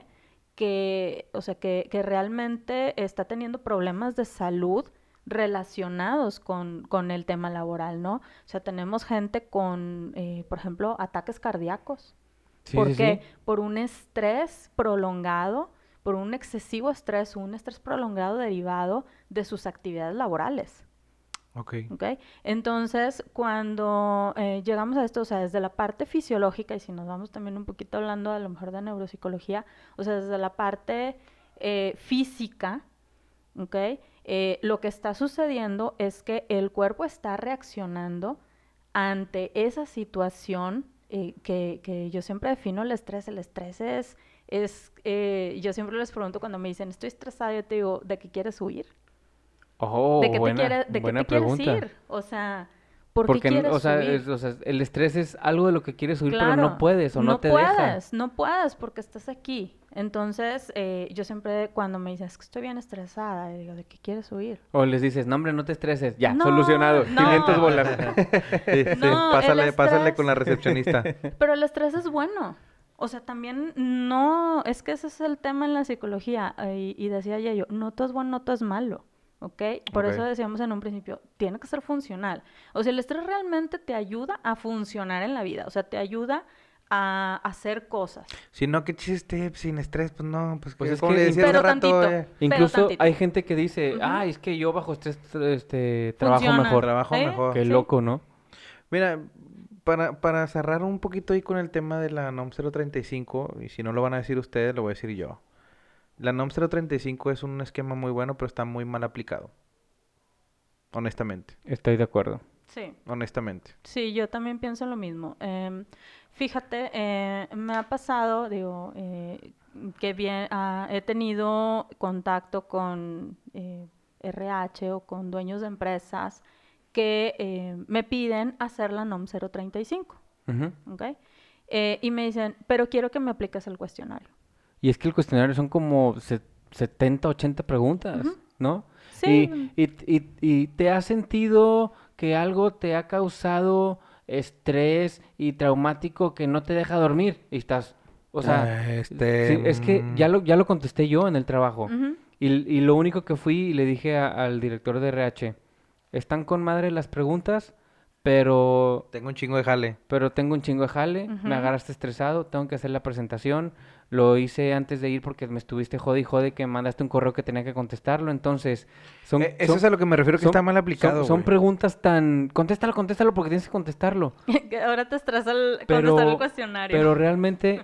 o sea, que realmente está teniendo problemas de salud relacionados con el tema laboral, ¿no? O sea, tenemos gente con, por ejemplo, ataques cardíacos. Sí, ¿Por sí, qué? sí. Por un estrés prolongado, por un excesivo estrés, un estrés prolongado derivado de sus actividades laborales. Ok. ¿Ok? Entonces, cuando llegamos a esto, o sea, desde la parte fisiológica, y si nos vamos también un poquito hablando a lo mejor de neuropsicología, o sea, desde la parte física, ¿ok? Lo que está sucediendo es que el cuerpo está reaccionando ante esa situación que yo siempre defino el estrés. El estrés yo siempre les pregunto cuando me dicen, estoy estresada, yo te digo, ¿de qué quieres huir? Oh, ¿De qué buena te quieres pregunta. ir? O sea, ¿por qué Porque, quieres huir? o sea, el estrés es algo de lo que quieres huir, pero no Claro, puedes o no te deja. no puedes porque estás aquí. Entonces, yo siempre cuando me dicen, es que estoy bien estresada, y digo, ¿de qué quieres huir? O les dices, no, hombre, no te estreses. Ya, No, solucionado. no. 500 bolas. Sí, sí, No, pásale, el pásale estrés- con la recepcionista. Pero el estrés es bueno. O sea, también no, es que ese es el tema en la psicología. Y decía ya yo, no todo es bueno, no todo es malo. ¿Ok? Por Ok. eso decíamos en un principio, tiene que ser funcional. O sea, el estrés realmente te ayuda a funcionar en la vida. O sea, te ayuda a hacer cosas. Si no, qué chiste, sin estrés, pues no, pues, Pues es como que le decía hace Pero rato, tantito. Incluso tantito. hay gente que dice, Ujú. ah, es que yo bajo estrés trabajo Funciona. mejor. trabajo mejor. Qué Sí. loco, ¿no? Mira, para cerrar un poquito ahí con el tema de la NOM 035, y si no lo van a decir ustedes, lo voy a decir yo. La NOM 035 es un esquema muy bueno, pero está muy mal aplicado. Honestamente, Estoy de acuerdo. Sí. honestamente. Sí, yo también pienso lo mismo. Fíjate, me ha pasado, digo, que he tenido contacto con RH o con dueños de empresas que me piden hacer la NOM 035, Ujú. ¿ok? Y me dicen, pero quiero que me apliques el cuestionario. Y es que el cuestionario son como 70, 80 preguntas, Ujú. ¿no? Sí, Y te has sentido que algo te ha causado estrés y traumático que no te deja dormir y estás, o sea, sí, es que ya lo contesté yo en el trabajo. ujú. Y lo único que fui y le dije al director de RH, están con madre las preguntas, pero Tengo un chingo de jale. tengo un chingo de jale, me Ujú. agarraste estresado, tengo que hacer la presentación, lo hice antes de ir porque me estuviste jode y jode que mandaste un correo que tenía que contestarlo, entonces Eso es a lo que me refiero, que está mal aplicado, son güey. preguntas tan, contéstalo porque tienes que contestarlo, Que ahora te estresa contestar el pero cuestionario. realmente,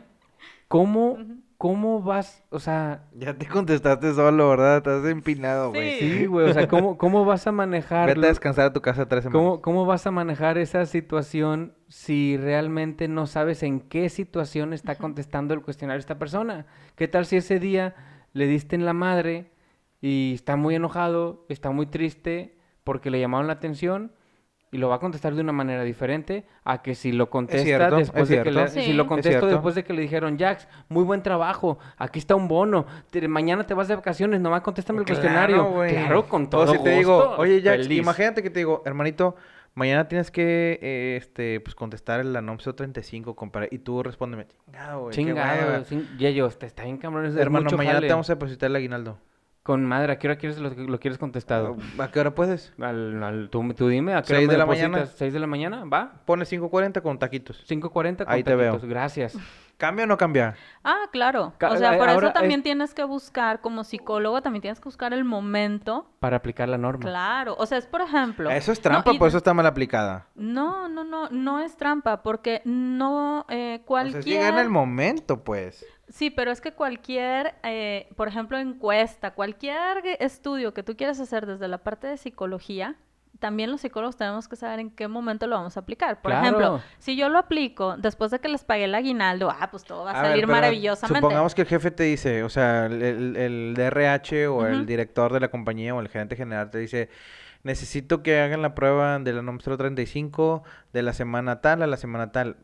¿cómo vas, o sea, Ya te contestaste solo, ¿verdad? Estás empinado, güey. Sí. sí, güey, o sea, cómo vas a manejar Vete a descansar a tu casa 3 semanas. ¿Cómo vas a manejar esa situación si realmente no sabes en qué situación está contestando el cuestionario esta persona? ¿Qué tal si ese día le diste en la madre y está muy enojado, está muy triste porque le llamaron la atención y lo va a contestar de una manera diferente a que si lo contesta cierto, después es de que cierto. Sí. si lo Es contestó cierto. después de que le dijeron, Jax, muy buen trabajo, aquí está un bono, mañana te vas de vacaciones, nomás contéstame el cuestionario. güey. Claro, con todo O si gusto. te digo, oye, Jax, feliz. imagínate que te digo, hermanito, mañana tienes que, pues, contestar el ANOM 035, compadre. Y tú respóndeme, chingado, güey, qué Chingado, hueva". ya yo, está bien cabrón, es Hermano, mucho mañana jale. te vamos a depositar el aguinaldo. Con madre, ¿a qué hora quieres lo quieres contestado? ¿A qué hora puedes? Tú dime, ¿a qué hora 6 me de la depositas? mañana. 6 de la mañana, ¿va? Pone 5:40 con taquitos. 5:40 con Ahí te veo. taquitos, gracias. ¿Cambia o no cambia? Ah, claro. Ca- O sea, por ahora eso también tienes que buscar, como psicólogo, también tienes que buscar el momento. Para aplicar la norma. Claro. O sea, es por ejemplo. Eso es trampa, y- por eso está mal aplicada. No es trampa, porque no O sea, cualquier... es llegar en el momento, pues. Sí, pero es que cualquier, por ejemplo, encuesta, cualquier estudio que tú quieras hacer desde la parte de psicología, también los psicólogos tenemos que saber en qué momento lo vamos a aplicar. Por Claro. ejemplo, si yo lo aplico después de que les pagué el aguinaldo, pues todo va a A ver, salir pero maravillosamente. supongamos que el jefe te dice, o sea, el DRH o el Ujú. director de la compañía o el gerente general te dice, necesito que hagan la prueba de la NOM 035 de la semana tal a la semana tal.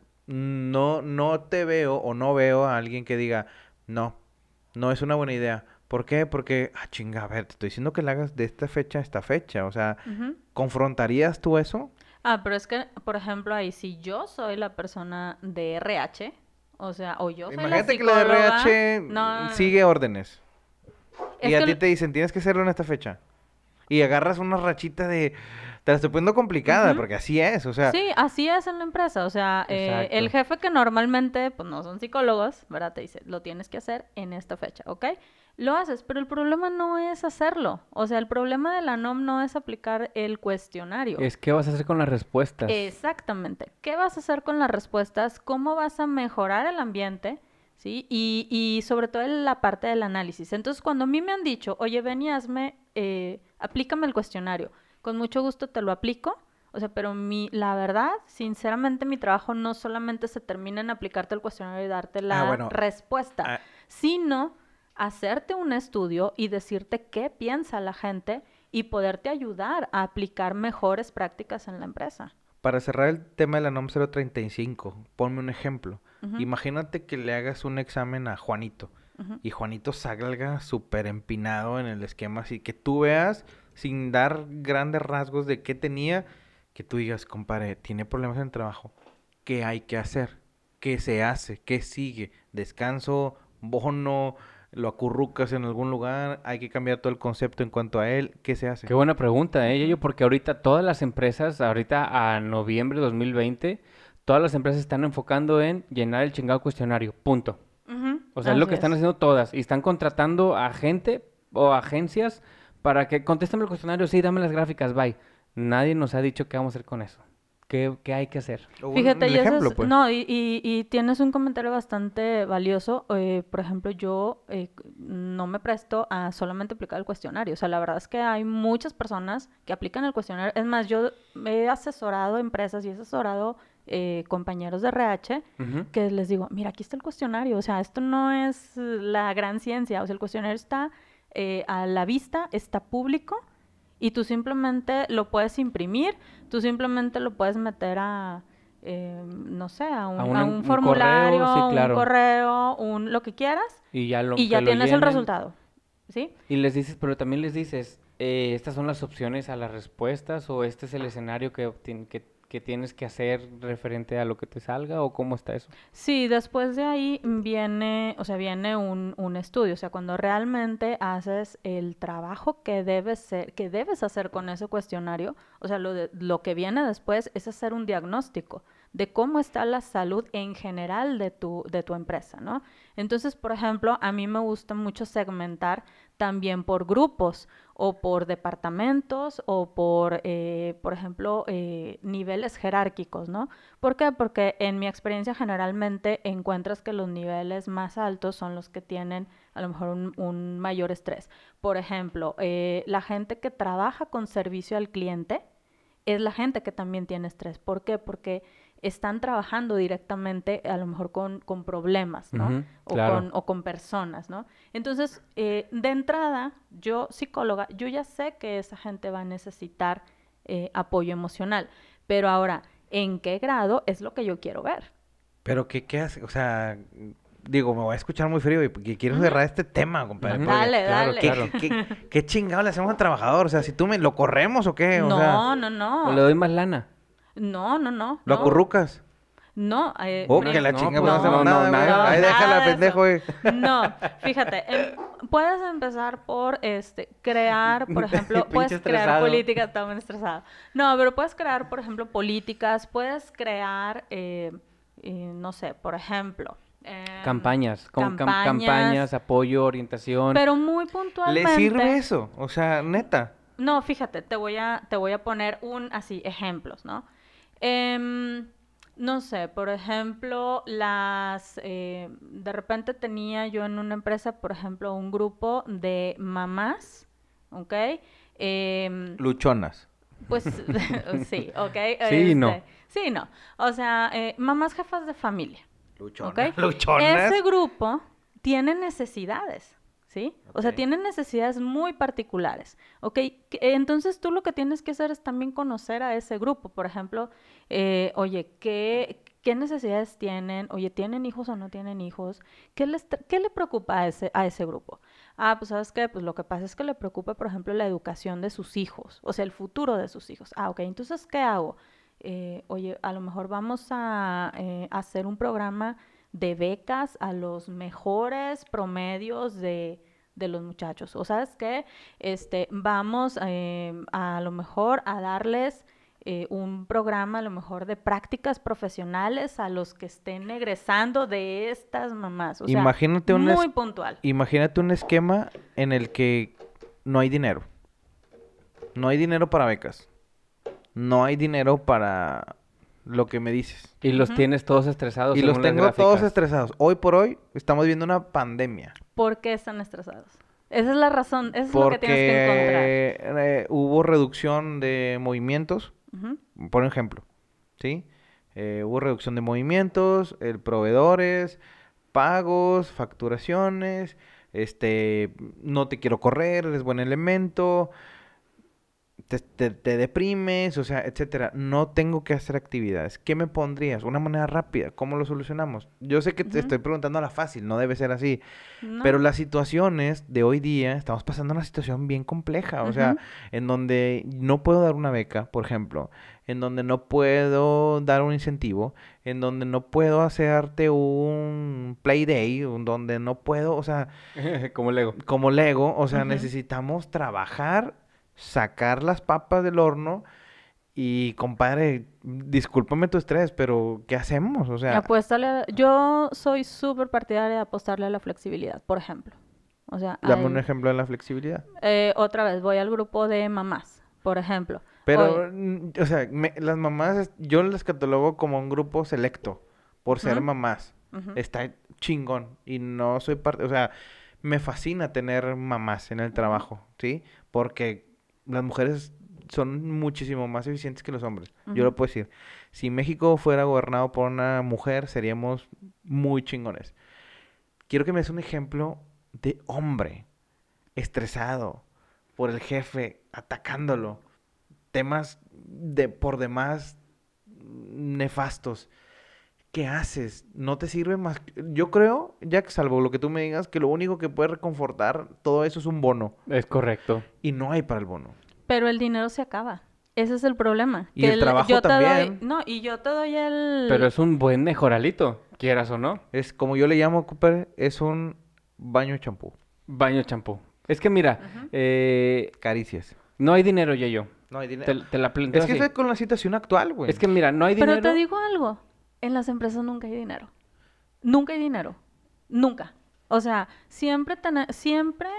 No te veo o no veo a alguien que diga, no es una buena idea. ¿Por qué? Porque, chinga, a ver, te estoy diciendo que la hagas de esta fecha a esta fecha. O sea, Ujú. ¿confrontarías tú eso? Pero es que, por ejemplo, ahí si yo soy la persona de RH, o sea, o yo soy Imagínate la que la de psicóloga, RH no, sigue órdenes. es Y a que ti te dicen, tienes que hacerlo en esta fecha. Y agarras una rachita de... Te la estoy poniendo complicada, Ujú. porque así es, o sea... sí, así es en la empresa. O sea, Exacto. el jefe que normalmente, pues no son psicólogos, ¿verdad? Te dice, lo tienes que hacer en esta fecha, ¿ok? Lo haces, pero el problema no es hacerlo. O sea, el problema de la NOM no es aplicar el cuestionario. Es qué vas a hacer con las respuestas. Exactamente. ¿Qué vas a hacer con las respuestas? ¿Cómo vas a mejorar el ambiente? ¿Sí? Y sobre todo en la parte del análisis. Entonces, cuando a mí me han dicho, oye, ven y hazme, aplícame el cuestionario, con mucho gusto te lo aplico. O sea, pero la verdad, sinceramente, mi trabajo no solamente se termina en aplicarte el cuestionario y darte la bueno, respuesta, ah, sino hacerte un estudio y decirte qué piensa la gente y poderte ayudar a aplicar mejores prácticas en la empresa. para cerrar el tema de la NOM 035, ponme un ejemplo. Ujú, Imagínate que le hagas un examen a Juanito ujú. y Juanito salga súper empinado en el esquema, así que tú veas, sin dar grandes rasgos de qué tenía, que tú digas, compadre, tiene problemas en el trabajo. ¿Qué hay que hacer? ¿Qué se hace? ¿Qué sigue? ¿Descanso? ¿Bono? ¿Lo acurrucas en algún lugar? ¿Hay que cambiar todo el concepto en cuanto a él? ¿Qué se hace? Qué buena pregunta, Ujú. Yayo, porque ahorita todas las empresas, ahorita a noviembre de 2020, todas las empresas están enfocando en llenar el chingado cuestionario, punto. Ujú, O sea, es lo así que están es. haciendo todas. Y están contratando a gente o agencias para que contéstame el cuestionario, sí, dame las gráficas, bye. Nadie nos ha dicho qué vamos a hacer con eso. ¿Qué hay que hacer? O Fíjate, el y eso ejemplo, es, pues. no, y tienes un comentario bastante valioso. Por ejemplo, yo no me presto a solamente aplicar el cuestionario. O sea, la verdad es que hay muchas personas que aplican el cuestionario. Es más, yo he asesorado empresas y he asesorado compañeros de RH Ujú. que les digo, mira, aquí está el cuestionario. O sea, esto no es la gran ciencia. O sea, el cuestionario está a la vista, está público y tú simplemente lo puedes imprimir, tú simplemente lo puedes meter no sé, a un Un correo, sí, formulario, un claro. correo, lo que quieras, Y ya y que ya lo tienes el llenen. resultado, ¿sí? Y les dices, pero también les dices, estas son las opciones a las respuestas o este es el escenario que tienes que hacer referente a lo que te salga o cómo está eso. Sí, después de ahí viene, o sea, viene un estudio, o sea, cuando realmente haces el trabajo que debes hacer con ese cuestionario, o sea, lo que viene después es hacer un diagnóstico de cómo está la salud en general de tu empresa, ¿no? Entonces, por ejemplo, a mí me gusta mucho segmentar también por grupos o por departamentos o por ejemplo, niveles jerárquicos, ¿no? ¿Por qué? Porque en mi experiencia generalmente encuentras que los niveles más altos son los que tienen a lo mejor un mayor estrés. Por ejemplo, la gente que trabaja con servicio al cliente es la gente que también tiene estrés. ¿Por qué? Porque están trabajando directamente a lo mejor con problemas, ¿no? Ujú, claro. O con personas, ¿no? Entonces, de entrada, yo psicóloga, yo ya sé que esa gente va a necesitar apoyo emocional, pero ahora, ¿en qué grado es lo que yo quiero ver? Pero ¿qué hace? O sea, digo, me voy a escuchar muy frío y quiero Ujú. cerrar este tema, compadre. Ujú, Porque, Dale, claro, dale. claro. ¿qué chingado le hacemos al trabajador? O sea, si lo corremos o qué, o sea, No, no, O le no. doy más lana. No, no, no, lo no. acurrucas. No, Oh, No, que la no, chinga, pues pues no hacemos no, no, nada, güey. nada. Ahí déjala, nada de pendejo, eso. güey. No, fíjate, puedes empezar por crear, por ejemplo, Pinche puedes crear estresado. políticas, está muy estresado. No, pero puedes crear, por ejemplo, políticas, puedes crear, no sé, por ejemplo, Campañas, campañas, campañas, apoyo, orientación. pero muy ¿Le puntualmente. sirve eso? O sea, neta. No, fíjate, te voy a poner así, ejemplos, ¿no? Em, no sé, por ejemplo, de repente tenía yo en una empresa, por ejemplo, un grupo de mamás, ¿ok? Em, Luchonas. Pues sí, ¿ok? Sí y no. Sí y no. O sea, mamás jefas de familia. Luchonas. ¿Ok? Luchonas. Ese grupo tiene necesidades, ¿sí? O sea, Ok. tiene necesidades muy particulares, ¿ok? Entonces tú lo que tienes que hacer es también conocer a ese grupo. Por ejemplo, oye, ¿qué necesidades tienen? Oye, ¿tienen hijos o no tienen hijos? ¿Qué le preocupa a ese grupo? Ah, pues ¿sabes qué? Pues lo que pasa es que le preocupa, por ejemplo, la educación de sus hijos, o sea, el futuro de sus hijos. Ah, ok, entonces, ¿qué hago? Oye, a lo mejor vamos a hacer un programa de becas a los mejores promedios de los muchachos. O sabes qué, vamos a lo mejor a darles un programa a lo mejor de prácticas profesionales a los que estén egresando de estas mamás. O sea, Imagínate muy puntual. imagínate un esquema en el que no hay dinero. No hay dinero para becas. No hay dinero para lo que me dices. Y los Ujú. tienes todos estresados Y los según las tengo todos gráficas. estresados. Hoy por hoy estamos viendo una pandemia. ¿Por qué están estresados? Esa es la razón, eso es lo que tienes que encontrar. Porque hubo reducción de movimientos, Ujú. por ejemplo, ¿sí? Hubo reducción de movimientos, proveedores, pagos, facturaciones, no te quiero correr, eres buen elemento, te deprimes, o sea, etcétera. No tengo que hacer actividades. ¿Qué me pondrías? Una manera rápida. ¿Cómo lo solucionamos? Yo sé que te Ujú. estoy preguntando a la fácil, no debe ser así. No. Pero las situaciones de hoy día, estamos pasando una situación bien compleja, o sea, Ujú. en donde no puedo dar una beca, por ejemplo, en donde no puedo dar un incentivo, en donde no puedo hacerte un play day, en donde no puedo, o sea, Como Lego. como Lego, o sea, Ujú. necesitamos trabajar, sacar las papas del horno y, compadre, discúlpame tu estrés, pero ¿qué hacemos? O sea, Yo soy súper partidaria de apostarle a la flexibilidad, por ejemplo. O sea, dame un ejemplo de la flexibilidad. otra vez, voy al grupo de mamás, por ejemplo. Oye, Pero, o sea, las mamás, yo las catalogo como un grupo selecto por ser ujú, mamás. ujú, Está chingón y no soy parte, o sea, me fascina tener mamás en el ujú, trabajo, ¿sí? Porque las mujeres son muchísimo más eficientes que los hombres. Yo ujú. lo puedo decir. Si México fuera gobernado por una mujer, seríamos muy chingones. Quiero que me des un ejemplo de hombre estresado por el jefe atacándolo, temas de por demás nefastos. ¿Qué haces? No te sirve más. Yo creo, Jack, salvo lo que tú me digas, que lo único que puede reconfortar todo eso es un bono. Es correcto. Y no hay para el bono. Pero el dinero se acaba. Ese es el problema. Y el trabajo yo te doy, también. no, y yo te doy Pero el, es un buen mejoralito, quieras o no. Es como yo le llamo, Cooper, es un baño de champú. Baño champú. Es que mira, Ujú. Caricias. no hay dinero, Yayo. No hay dinero. Te la planteo Es que así. es con la situación actual, güey. Es que mira, no hay Pero dinero. te digo algo, en las empresas nunca hay dinero. Nunca hay dinero. Nunca. O sea, siempre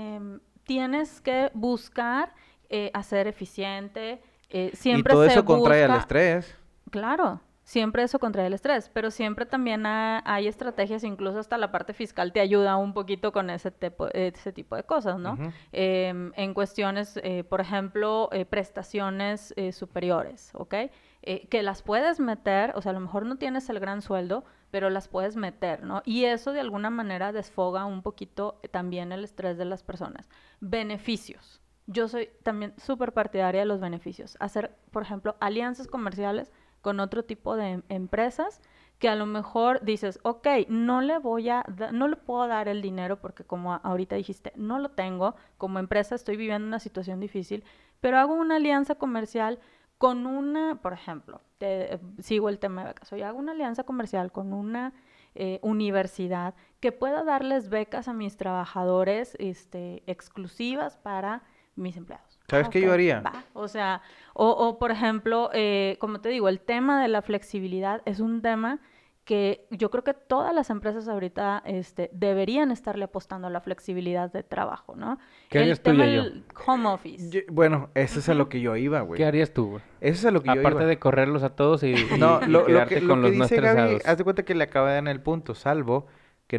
tienes que buscar hacer eficiente. Y Siempre todo se eso contrae al busca. estrés. Claro, siempre eso contrae el estrés, pero siempre también hay estrategias, incluso hasta la parte fiscal te ayuda un poquito con ese tipo de cosas, ¿no? Ujú. En cuestiones, por ejemplo, prestaciones superiores, ¿ok? Que las puedes meter, o sea, a lo mejor no tienes el gran sueldo, pero las puedes meter, ¿no? Y eso de alguna manera desfoga un poquito también el estrés de las personas. Beneficios. Yo soy también súper partidaria de los beneficios. Hacer, por ejemplo, alianzas comerciales con otro tipo de empresas que a lo mejor dices, ok, no le puedo dar el dinero porque como ahorita dijiste, no lo tengo, como empresa estoy viviendo una situación difícil, pero hago una alianza comercial con por ejemplo, sigo el tema de becas, oye, hago una alianza comercial con una universidad que pueda darles becas a mis trabajadores exclusivas para mis empleados. ¿Sabes qué yo haría? Va. O sea, o por ejemplo, como te digo, el tema de la flexibilidad es un tema que yo creo que todas las empresas ahorita deberían estarle apostando a la flexibilidad de trabajo, ¿no? ¿Qué El harías tú, tema Yayo? del home office. Bueno, eso es a Ujú. lo que yo iba, güey. ¿Qué harías tú, güey? Eso es a lo que yo Aparte iba. de correrlos a todos No, y lo quedarte que, con lo que los no dice Gaby, estresados. haz de cuenta que le acaba de dar en el punto, salvo que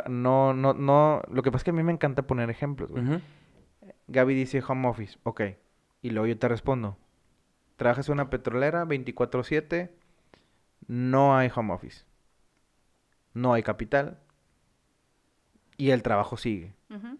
no, lo que pasa es que a mí me encanta poner ejemplos, güey. Ujú. Gaby dice home office, ok, y luego yo te respondo, trabajas en una petrolera 24/7, no hay home office, no hay capital y el trabajo sigue. Ujú.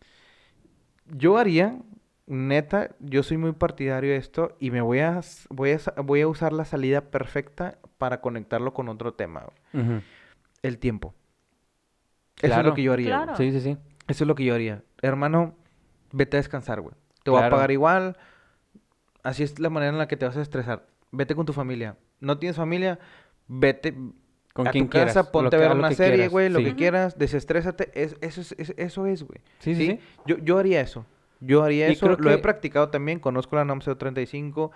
Yo haría, neta, yo soy muy partidario de esto y voy a usar la salida perfecta para conectarlo con otro tema, güey. Ujú. El tiempo. Eso es Claro. lo que yo haría, güey. Claro. Sí, sí, sí. Eso es lo que yo haría. Hermano, vete a descansar, güey. Te voy a Claro. pagar igual. Así es la manera en la que te vas a estresar. Vete con tu familia. ¿No tienes familia? Vete Con a quien tu casa, quieras, ponte a ver una serie, quieras, güey, lo sí. que Ujú. quieras, desestrésate. Eso es, güey. Sí, sí, sí. Yo haría eso. Yo haría Y eso. creo Lo he que- practicado también. Conozco la NOM 035.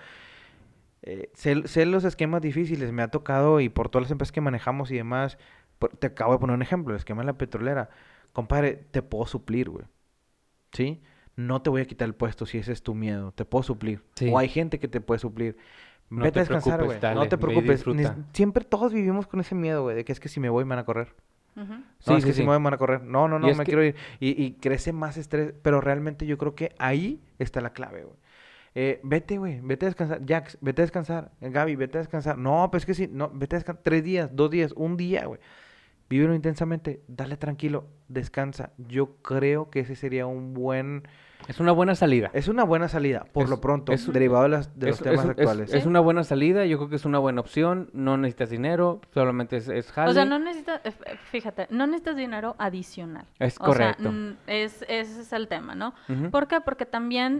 Sé los esquemas difíciles. Me ha tocado y por todas las empresas que manejamos y demás. Te acabo de poner un ejemplo. El esquema de la petrolera. Compadre, te puedo suplir, güey. ¿Sí? No te voy a quitar el puesto si ese es tu miedo. Te puedo suplir. Sí. O hay gente que te puede suplir. No Vete te a descansar, preocupes, güey. dale, No te ve y preocupes. disfruta. Siempre todos vivimos con ese miedo, güey, de que es que si me voy me van a correr. Ujú. No, Sí, es sí, que si sí. me voy me van a correr. No, Y es me que- quiero ir. Y crece más estrés. Pero realmente yo creo que ahí está la clave, güey. Vete, güey. Vete a descansar. Jax, vete a descansar. Gaby, vete a descansar. No, pues es que sí. No, vete a descansar. 3 días, 2 días, un día, güey. Vívelo intensamente. Dale tranquilo. Descansa. Yo creo que ese sería un buen... Es una buena salida. Es una buena salida, por Es- lo pronto, es- derivado de los temas actuales. Es una buena salida, yo creo que es una buena opción, no necesitas dinero, solamente es jale. O sea, no necesitas, fíjate, no necesitas dinero adicional. Es O sea, correcto. ese es el tema, ¿no? Ujú. ¿Por qué? Porque también,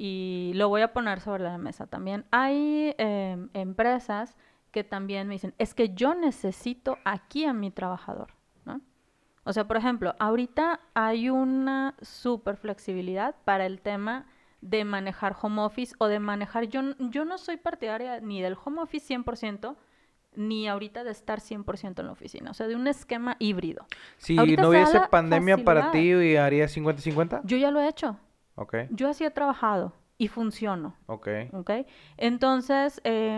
y lo voy a poner sobre la mesa también, hay empresas que también me dicen, es que yo necesito aquí a mi trabajador, ¿no? O sea, por ejemplo, ahorita hay una súper flexibilidad para el tema de manejar home office o de manejar, yo no soy partidaria ni del home office 100%, ni ahorita de estar 100% en la oficina, o sea, de un esquema híbrido. Si ahorita no se da hubiese la pandemia para ti facilidad. y harías 50-50. Yo ya lo he hecho, Ok, yo así he trabajado y funciono. ok. ¿Ok? Entonces,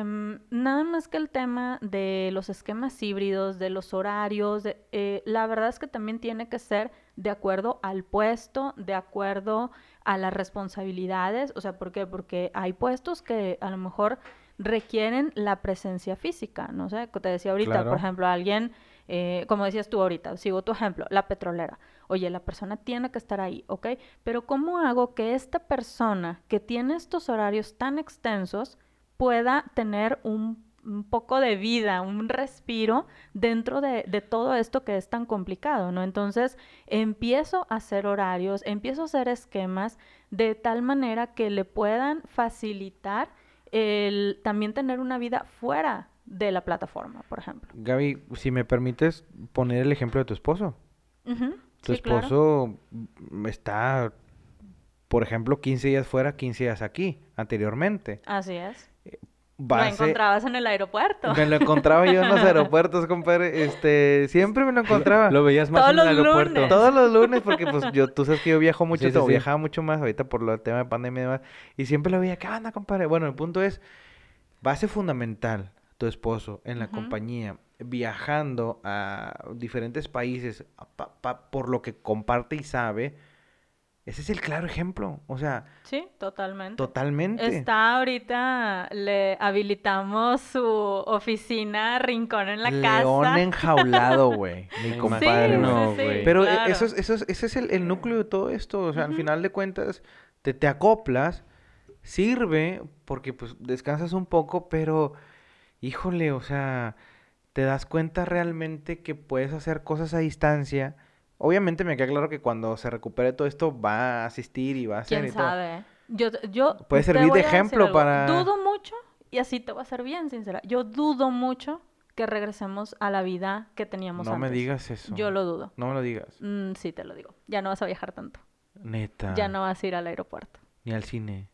nada más que el tema de los esquemas híbridos, de los horarios, la verdad es que también tiene que ser de acuerdo al puesto, de acuerdo a las responsabilidades. O sea, ¿por qué? Porque hay puestos que a lo mejor requieren la presencia física, no sé, te decía ahorita, Claro. por ejemplo, alguien, como decías tú ahorita, sigo tu ejemplo, la petrolera. Oye, la persona tiene que estar ahí, ¿ok? Pero ¿cómo hago que esta persona que tiene estos horarios tan extensos pueda tener un poco de vida, un respiro dentro de todo esto que es tan complicado, ¿no? Entonces, empiezo a hacer horarios, empiezo a hacer esquemas de tal manera que le puedan facilitar el también tener una vida fuera de la plataforma, por ejemplo. Gaby, si me permites poner el ejemplo de tu esposo. Ujú, Tu sí, claro. esposo está, por ejemplo, 15 días fuera, 15 días aquí, anteriormente. Así es. Lo Base- encontrabas en el aeropuerto. Me lo encontraba yo en los aeropuertos, compadre. Siempre me lo encontraba. Lo veías más Todos en el los aeropuerto. lunes. Todos los lunes, porque pues tú sabes que yo viajo mucho, Sí, sí, sí. viajaba mucho más ahorita por el tema de pandemia y demás. Y siempre lo veía, ¿qué onda, compadre? Bueno, el punto es, base fundamental, tu esposo en la Ujú. compañía, viajando a diferentes países, por lo que comparte y sabe, ese es el claro ejemplo. O sea, Sí, totalmente. totalmente. Está ahorita, le habilitamos su oficina, rincón en la León casa. enjaulado, güey. Mi Me compadre, imagino, güey. no, güey. Pero claro. ese es el núcleo de todo esto. O sea, al Ujú. final de cuentas, te acoplas, sirve, porque pues descansas un poco, pero, híjole, o sea, te das cuenta realmente que puedes hacer cosas a distancia. Obviamente me queda claro que cuando se recupere todo esto va a asistir y va a hacer ¿Quién y todo. sabe? Yo Puede te servir voy de a decir ejemplo algo. para- Dudo mucho, y así te voy a ser bien sincera, yo dudo mucho que regresemos a la vida que teníamos No me antes. digas eso. Yo lo dudo. No me lo digas. Sí, te lo digo. Ya no vas a viajar tanto. Neta. Ya no vas a ir al aeropuerto. Ni al cine.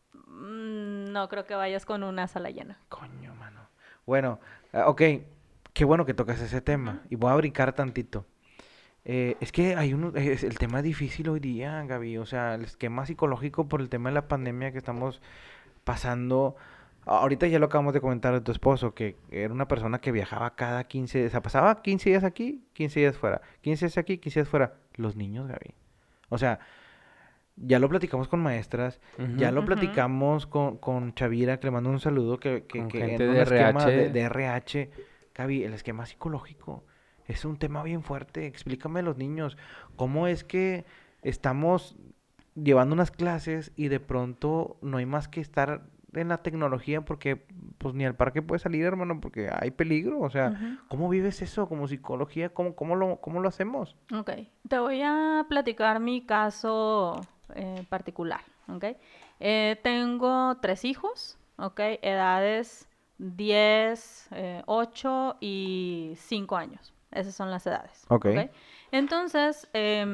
No creo que vayas con una sala llena. Coño, mano. Bueno, ok. Qué bueno que tocas ese tema. Y voy a brincar tantito. Es que el tema es difícil hoy día, Gaby. O sea, el esquema psicológico por el tema de la pandemia que estamos pasando. Ahorita ya lo acabamos de comentar de tu esposo, que era una persona que viajaba cada 15 días. O sea, pasaba 15 días aquí, 15 días fuera. 15 días aquí, 15 días fuera. Los niños, Gaby. O sea, Ya lo platicamos con maestras, ya lo Ujú. platicamos con Chavira, que le mando un saludo, Con que gente en un de esquema RH. de RH, Cavi, el esquema psicológico es un tema bien fuerte. Explícame a los niños, ¿cómo es que estamos llevando unas clases y de pronto no hay más que estar en la tecnología porque pues ni al parque puedes salir, hermano, porque hay peligro? O sea, Ujú. ¿cómo vives eso como psicología? ¿Cómo lo hacemos? Ok, te voy a platicar mi caso particular, ¿ok? Tengo 3 hijos, ¿ok? Edades 10, 8 y 5 años. Esas son las edades, Ok. ¿ok? Entonces,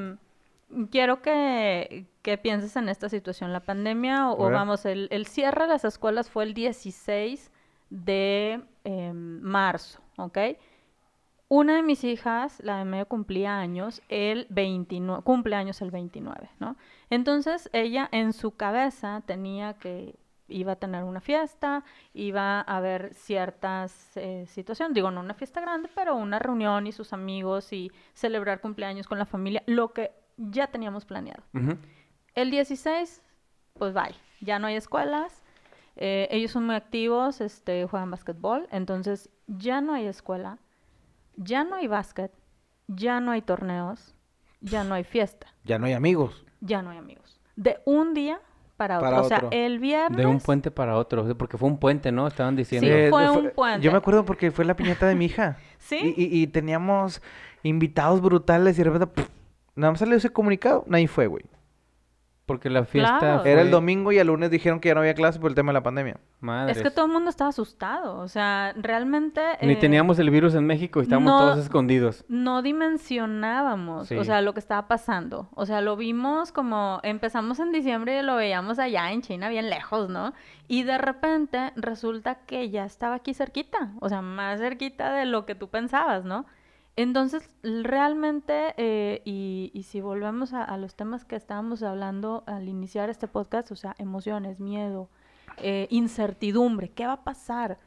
quiero que pienses en esta situación. La pandemia, A o ver. vamos, el cierre de las escuelas fue el 16 de marzo, ¿ok? Una de mis hijas, la de medio, cumplía años el 29, cumpleaños el 29, ¿no? Entonces ella en su cabeza tenía que iba a tener una fiesta, iba a haber ciertas situaciones, digo, no una fiesta grande, pero una reunión y sus amigos y celebrar cumpleaños con la familia, lo que ya teníamos planeado. Ujú. El 16, pues bye, ya no hay escuelas, ellos son muy activos, juegan básquetbol, entonces ya no hay escuela, ya no hay básquet, ya no hay torneos, ya no hay fiesta, Ya no hay amigos ya no hay amigos. De un día para otro. para O sea, otro. el De un viernes, puente para otro, o sea, porque fue un puente, ¿no? Estaban sí, diciendo. fue un puente. Yo me acuerdo porque fue la piñata de mi hija. ¿Sí? Y teníamos invitados brutales y de repente, ¡puf! Nada más salió ese comunicado. Nadie fue, güey. Porque la fiesta Claro. Era el fue... domingo y el lunes dijeron que ya no había clase por el tema de la pandemia. Es que Madres. todo el mundo estaba asustado. O sea, realmente Ni teníamos el virus en México y estábamos no, todos escondidos. no dimensionábamos, o Sí. sea, lo que estaba pasando. O sea, lo vimos como empezamos en diciembre y lo veíamos allá en China, bien lejos, ¿no? Y de repente resulta que ya estaba aquí cerquita, o sea, más cerquita de lo que tú pensabas, ¿no? Entonces, realmente, y si volvemos a los temas que estábamos hablando al iniciar este podcast, o sea, emociones, miedo, incertidumbre, ¿qué va a pasar?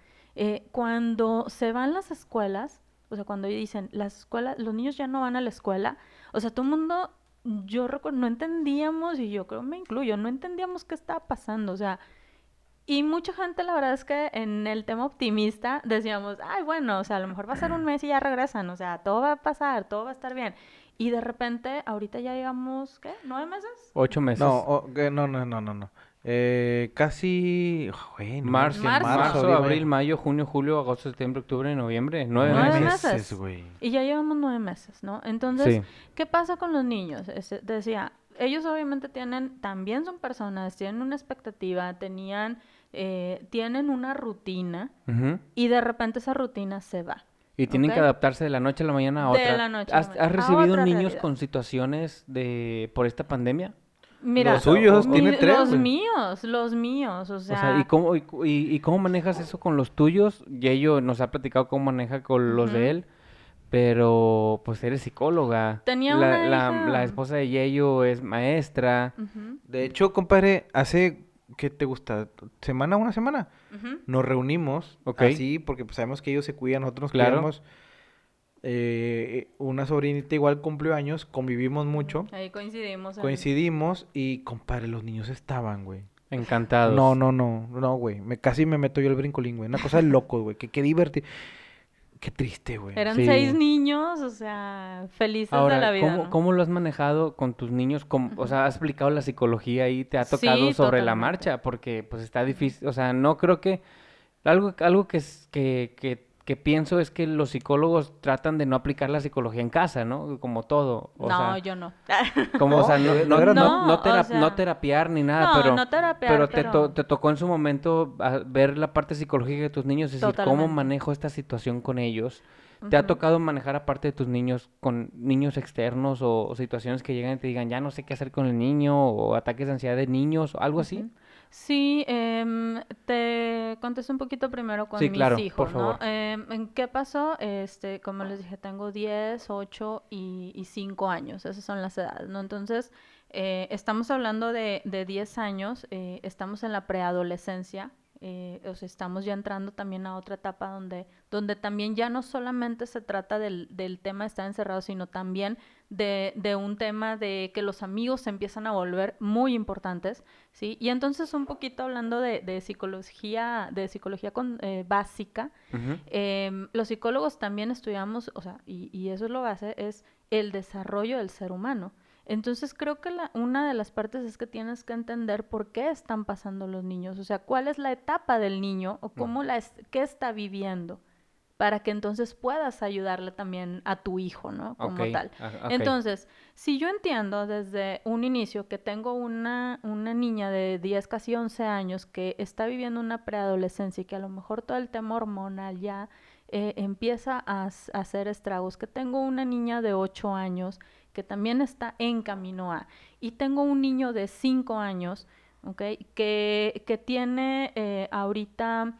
Cuando se van las escuelas, o sea, cuando dicen las escuelas, los niños ya no van a la escuela, o sea, todo el mundo, yo recuerdo, no entendíamos, y yo creo me incluyo, no entendíamos qué estaba pasando, o sea, y mucha gente, la verdad es que en el tema optimista decíamos, ay, bueno, o sea, a lo mejor va a ser un mes y ya regresan, o sea, todo va a pasar, todo va a estar bien. Y de repente, ahorita ya llevamos, ¿qué? ¿9 meses? 8 meses. No. Casi, güey, no, Marzo, sí, en Marzo. marzo, dime. abril, mayo, junio, julio, agosto, septiembre, octubre, noviembre. 9 9 meses. meses. güey. Y ya llevamos 9 meses, ¿no? Entonces, Sí. ¿qué pasa con los niños? Decía, ellos obviamente también son personas, tienen una expectativa, tienen una rutina Ujú. y de repente esa rutina se va. Y tienen que ¿Ok? adaptarse de la noche a la mañana a De otra. la noche a la ¿Has mañana a recibido otra niños realidad. con situaciones por esta pandemia? Mira, Los suyos, tiene 3, los güey. míos, o O sea, sea, ¿y cómo manejas eso con los tuyos? Yello nos ha platicado cómo maneja con los de ujú. él, pero pues eres psicóloga. Tenía La, una la, hija. la esposa de Yello es maestra. Ujú, De hecho, compadre, hace, ¿qué te gusta? Una semana. ujú. Nos reunimos Ok. así porque pues, sabemos que ellos se cuidan, nosotros nos Claro. cuidamos. Una sobrinita igual cumplió años, convivimos mucho, Ahí coincidimos. coincidimos y, compadre, los niños estaban, güey. Encantados. No, güey. Casi me meto yo el brincolín, güey. Una cosa de locos, güey. Qué divertido. Qué triste, güey. Eran Sí. 6 niños, o sea, felices de Ahora, la vida, ¿cómo, ¿no? cómo lo has manejado con tus niños? O sea, ¿has aplicado la psicología y te ha tocado Sí, sobre la totalmente. marcha? Porque pues está difícil, o sea, no creo que... Algo que pienso es que los psicólogos tratan de no aplicar la psicología en casa, ¿no? Como todo. O No, sea, yo no. como, o sea, No, de veras no. No, o sea, no terapiar ni nada, no, pero, no terapiar, pero pero- te tocó en su momento ver la parte psicológica de tus niños, es decir, cómo Totalmente. manejo esta situación con ellos. ¿Te ha Ujú. tocado manejar aparte de tus niños con niños externos o situaciones que llegan y te digan, ya no sé qué hacer con el niño o ataques de ansiedad de niños o algo así? Ujú. Sí, te contesto un poquito primero con Sí, mis claro, por hijos, ¿no? favor. ¿Qué pasó? Como les dije, tengo 10, 8 y 5 años. Esas son las edades, ¿no? Entonces, estamos hablando de 10 años, estamos en la preadolescencia. o sea, estamos ya entrando también a otra etapa donde también ya no solamente se trata del tema de estar encerrado, sino también de un tema de que los amigos se empiezan a volver muy importantes, ¿sí? Y entonces un poquito hablando de psicología básica, Ujú. los psicólogos también estudiamos, o sea, y eso es lo base, es el desarrollo del ser humano. Entonces creo que una de las partes es que tienes que entender por qué están pasando los niños, o sea, cuál es la etapa del niño o qué está viviendo, para que entonces puedas ayudarle también a tu hijo, ¿no? Ok, Como tal. ok. Entonces, si yo entiendo desde un inicio que tengo una niña de 10, casi 11 años que está viviendo una preadolescencia y que a lo mejor todo el tema hormonal ya empieza a hacer estragos, que tengo una niña de 8 años que también está en camino a, y tengo un niño de 5 años, ¿ok? Que tiene ahorita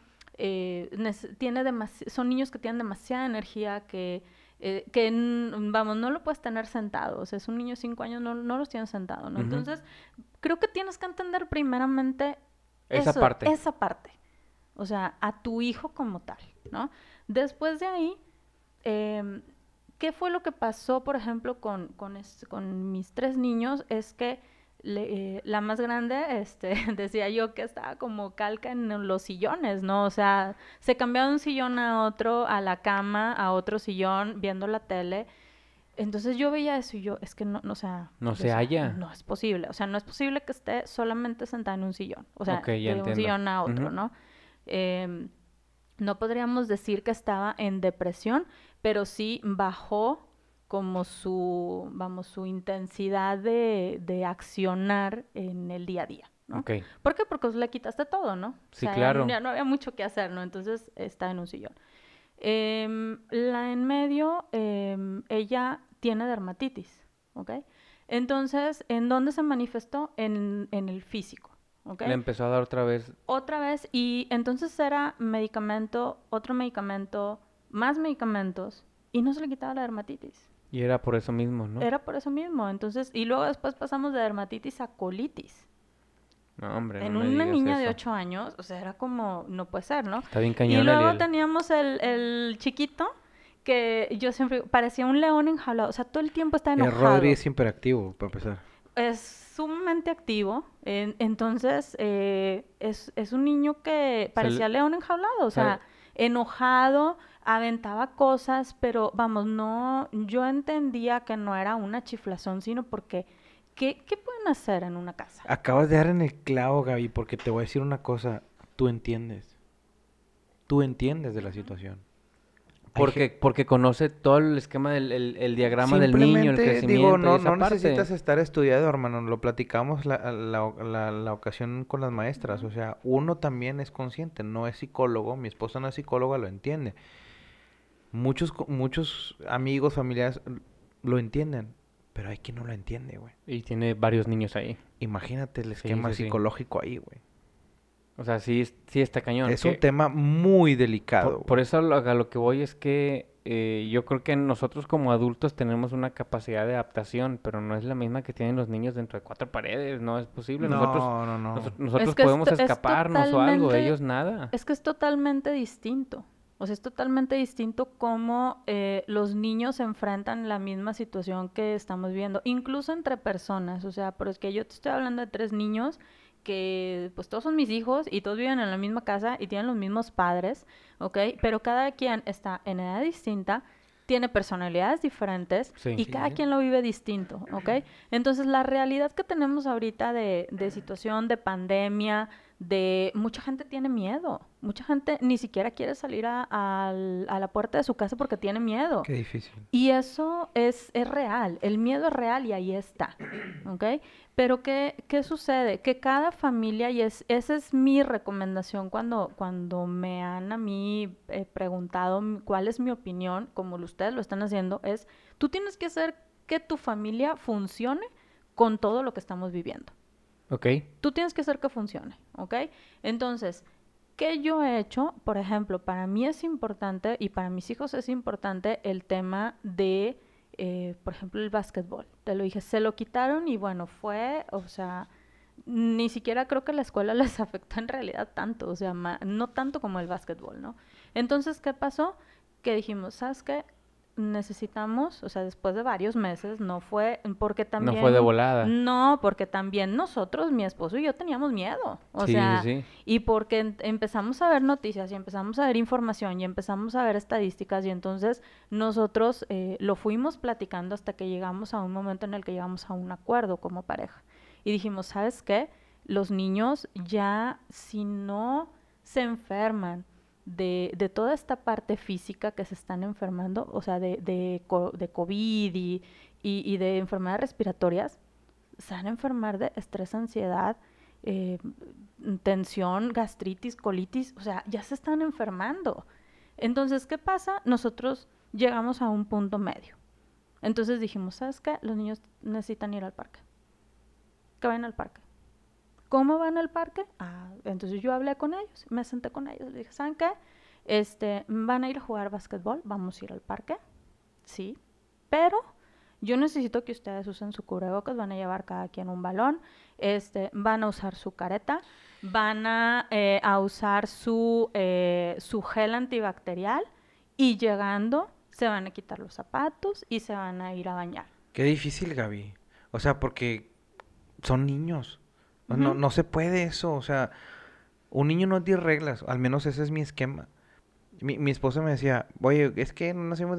son niños que tienen demasiada energía, vamos, no lo puedes tener sentado, o sea, es un niño de 5 años, no los tienes sentado, ¿no? Ujú. Entonces, creo que tienes que entender primeramente Esa parte. esa parte, o sea, a tu hijo como tal, ¿no? Después de ahí, ¿qué fue lo que pasó, por ejemplo, con mis 3 niños? Es que la más grande, decía yo que estaba como calca en los sillones, ¿no? O sea, se cambiaba de un sillón a otro, a la cama, a otro sillón, viendo la tele. Entonces yo veía eso y yo, es que no, o sea, No o se sea, halla. no es posible. O sea, no es posible que esté solamente sentada en un sillón. O sea, Ok, ya de un entiendo. sillón a otro, Ujú. ¿no? No podríamos decir que estaba en depresión, pero sí bajó como su intensidad de accionar en el día a día, ¿no? Ok, ¿Por qué? Porque le quitaste todo, ¿no? O sí, sea, claro. ya no había mucho que hacer, ¿no? Entonces está en un sillón. La en medio, ella tiene dermatitis, ¿ok? Entonces, ¿en dónde se manifestó? En el físico, ¿ok? Le empezó a dar otra vez. Otra vez, y entonces era medicamento, otro medicamento, más medicamentos, y no se le quitaba la dermatitis. Y era por eso mismo, ¿no? Era por eso mismo. Entonces, y luego después pasamos de dermatitis a colitis. No, hombre, no En me una digas niña de eso. 8 años, o sea, era como, no puede ser, ¿no? Está bien Y cañón, luego Eliel. teníamos el chiquito, que yo siempre, parecía un león enjaulado, o sea, todo el tiempo está enojado. Rodri es hiperactivo, para empezar. Es sumamente activo, entonces es un niño que parecía león enjaulado, o sea, enojado, aventaba cosas, pero vamos, no, yo entendía que no era una chiflazón, sino porque, ¿qué pueden hacer en una casa? Acabas de dar en el clavo, Gaby, porque te voy a decir una cosa. Tú entiendes. Tú entiendes de la situación. Hay Porque conoce todo el esquema el diagrama del niño, el Simplemente, crecimiento digo, y no, esa no parte. necesitas estar estudiado, hermano. Lo platicamos la ocasión con las maestras. O sea, uno también es consciente, no es psicólogo. Mi esposa no es psicóloga, lo entiende. Muchos amigos, familiares lo entienden, pero hay quien no lo entiende, güey. Y tiene varios niños ahí. Imagínate el Sí, esquema sí, sí. psicológico ahí, güey. O sea, sí, sí está cañón. Es un tema muy delicado, Por güey. eso a lo que voy es que yo creo que nosotros como adultos tenemos una capacidad de adaptación, pero no es la misma que tienen los niños dentro de 4 paredes, no es posible. Nosotros, No. nosotros Es que podemos es escaparnos o algo, totalmente, ellos nada. es que es totalmente distinto. O sea, es totalmente distinto cómo los niños se enfrentan la misma situación que estamos viendo, incluso entre personas. O sea, pero es que yo te estoy hablando de 3 niños que pues todos son mis hijos y todos viven en la misma casa y tienen los mismos padres, ¿ok? Pero cada quien está en edad distinta, tiene personalidades diferentes Sí. y Sí, cada sí. quien lo vive distinto, ¿ok? Entonces la realidad que tenemos ahorita de situación, de pandemia, de mucha gente tiene miedo, mucha gente ni siquiera quiere salir a la puerta de su casa porque tiene miedo. Qué difícil. Y eso es real, el miedo es real y ahí está, ¿ok? Pero ¿qué sucede? Que cada familia, y esa es mi recomendación cuando me han a mí preguntado cuál es mi opinión, como ustedes lo están haciendo, es tú tienes que hacer que tu familia funcione con todo lo que estamos viviendo. ¿Ok? Tú tienes que hacer que funcione, ¿ok? Entonces, ¿qué yo he hecho? Por ejemplo, para mí es importante y para mis hijos es importante el tema de, por ejemplo, el básquetbol. Te lo dije, se lo quitaron y bueno, fue, o sea, ni siquiera creo que la escuela les afectó en realidad tanto, o sea, no tanto como el básquetbol, ¿no? Entonces, ¿qué pasó? Que dijimos, ¿sabes qué? Necesitamos, o sea, después de varios meses, no fue, porque también... No fue de volada. No, porque también nosotros, mi esposo y yo teníamos miedo, o Sí, sea, sí. y porque empezamos a ver noticias y empezamos a ver información y empezamos a ver estadísticas y entonces nosotros lo fuimos platicando hasta que llegamos a un momento en el que llegamos a un acuerdo como pareja. Y dijimos, ¿sabes qué? Los niños ya, si no se enferman de toda esta parte física que se están enfermando, o sea, de COVID y de enfermedades respiratorias, se van a enfermar de estrés, ansiedad, tensión, gastritis, colitis, o sea, ya se están enfermando. Entonces, ¿qué pasa? Nosotros llegamos a un punto medio. Entonces dijimos, ¿sabes qué? Los niños necesitan ir al parque. Que vayan al parque. ¿Cómo van al parque? Entonces yo hablé con ellos, me senté con ellos, les dije, ¿saben qué? Van a ir a jugar básquetbol, vamos a ir al parque, sí, pero yo necesito que ustedes usen su cubrebocas, van a llevar cada quien un balón, van a usar su careta, van a usar su gel antibacterial y llegando se van a quitar los zapatos y se van a ir a bañar. Qué difícil, Gaby. O sea, porque son niños. Ujú. No se puede eso. O sea, un niño no tiene reglas. Al menos ese es mi esquema. Mi esposa me decía, oye, es que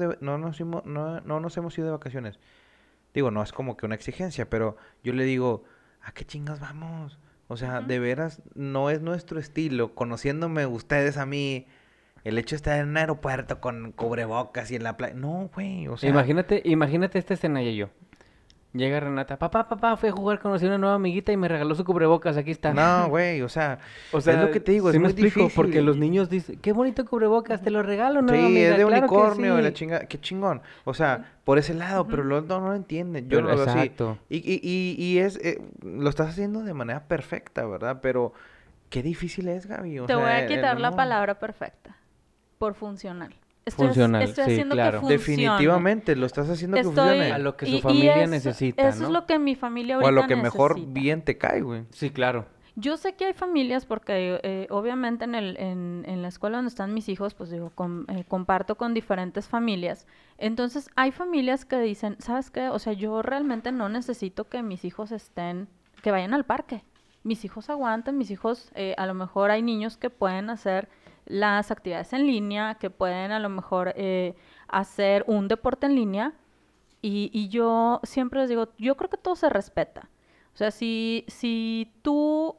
no nos hemos ido de vacaciones. Digo, no es como que una exigencia, pero yo le digo, ¿a qué chingas vamos? O sea, Ujú. de veras, no es nuestro estilo. Conociéndome ustedes a mí, el hecho de estar en un aeropuerto con cubrebocas y en la playa. No, güey, o sea, Imagínate esta escena, yo. Llega Renata, papá, fui a jugar, conocí una nueva amiguita y me regaló su cubrebocas, aquí está. no, güey, o sea, O es sea, lo que te digo, sí es me muy explico, difícil. porque los niños dicen, qué bonito cubrebocas, te lo regalo, nueva Sí, amiga. es de Claro que unicornio, y la sí. chinga, qué chingón. O sea, por ese lado, pero Ujú. los no lo entienden. Yo Pero, no lo veo así. exacto. Y es, lo estás haciendo de manera perfecta, ¿verdad? Pero qué difícil es, Gaby. O Te voy sea, a quitar la no. palabra perfecta por funcional. Funcional, Estoy sí, haciendo claro. que funcione. Definitivamente, lo estás haciendo que Estoy... funcione. A lo que su y familia eso, necesita, eso ¿no? es lo que mi familia O a ahorita lo que mejor necesita. bien te cae, güey. Sí, claro. Yo sé que hay familias porque obviamente en la escuela donde están mis hijos, pues digo, comparto con diferentes familias. Entonces hay familias que dicen, ¿sabes qué? O sea, yo realmente no necesito que mis hijos que vayan al parque. Mis hijos aguantan, mis hijos, a lo mejor hay niños que pueden hacer las actividades en línea, que pueden a lo mejor hacer un deporte en línea. Y yo siempre les digo, yo creo que todo se respeta. O sea, si tú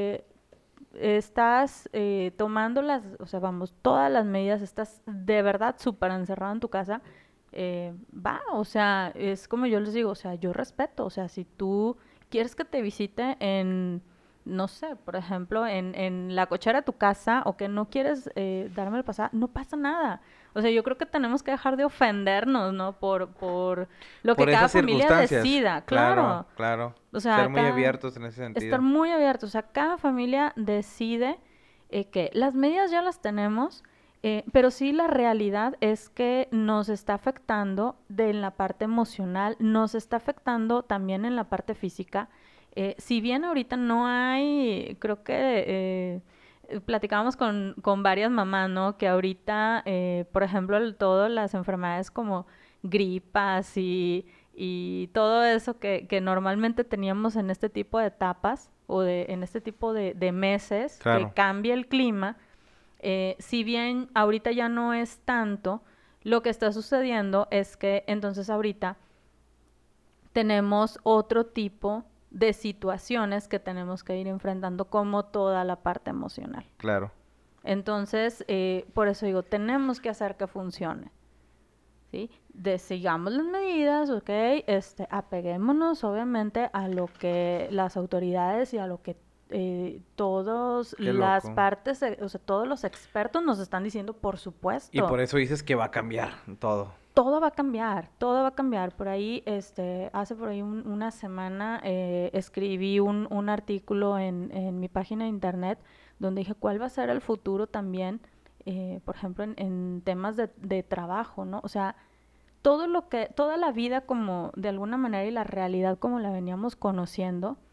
estás tomando o sea, vamos, todas las medidas, estás de verdad súper encerrado en tu casa, o sea, es como yo les digo, o sea, yo respeto, o sea, si tú quieres que te visite no sé, por ejemplo, en la cochera de tu casa o que no quieres darme el pasar, no pasa nada. O sea, yo creo que tenemos que dejar de ofendernos, ¿no? Por lo que Por cada esas familia circunstancias. decida, claro. Claro. O sea, Ser muy abiertos en ese sentido. estar muy abiertos. O sea, cada familia decide que las medidas ya las tenemos, pero sí la realidad es que nos está afectando en la parte emocional, nos está afectando también en la parte física. Si bien ahorita no hay, creo que platicábamos con varias mamás, ¿no? Que ahorita, por ejemplo, todas las enfermedades como gripas y todo eso que normalmente teníamos en este tipo de etapas o en este tipo de meses, Claro. que cambia el clima, si bien ahorita ya no es tanto, lo que está sucediendo es que entonces ahorita tenemos otro tipo de situaciones que tenemos que ir enfrentando como toda la parte emocional. Claro. Entonces, por eso digo, tenemos que hacer que funcione. ¿Sí? Sigamos las medidas, ¿ok? Apeguémonos obviamente a lo que las autoridades y a lo que todas Qué las loco. partes, o sea, todos los expertos nos están diciendo, por supuesto. Y por eso dices que va a cambiar todo. Todo va a cambiar, todo va a cambiar. Por ahí, hace por ahí una semana escribí un artículo en mi página de internet donde dije cuál va a ser el futuro también, por ejemplo, en temas de trabajo, ¿no? O sea, toda la vida como de alguna manera y la realidad como la veníamos conociendo,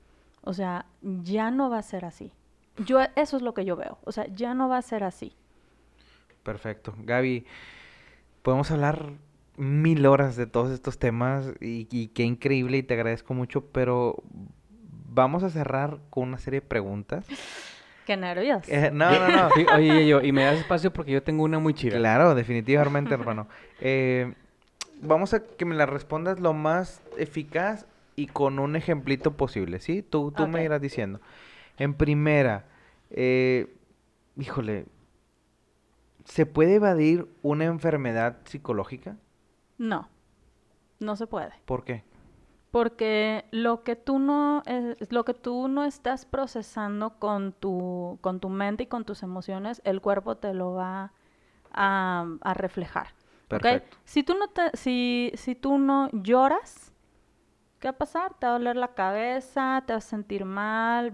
O sea, ya no va a ser así. Eso es lo que yo veo. O sea, ya no va a ser así. Perfecto. Gaby, podemos hablar 1000 horas de todos estos temas y qué increíble y te agradezco mucho, pero vamos a cerrar con una serie de preguntas. Qué nervios. No. Sí, oye, y me das espacio porque yo tengo una muy chida. Claro, definitivamente, hermano. Vamos a que me la respondas lo más eficaz y con un ejemplito posible, ¿sí? Tú me Ok. irás diciendo. En primera, híjole, ¿se puede evadir una enfermedad psicológica? No, no se puede. ¿Por qué? Porque lo que tú no estás procesando con tu mente y con tus emociones, el cuerpo te lo va a reflejar. ¿Ok? Perfecto. Si tú no lloras, ¿qué va a pasar? Te va a doler la cabeza, te vas a sentir mal,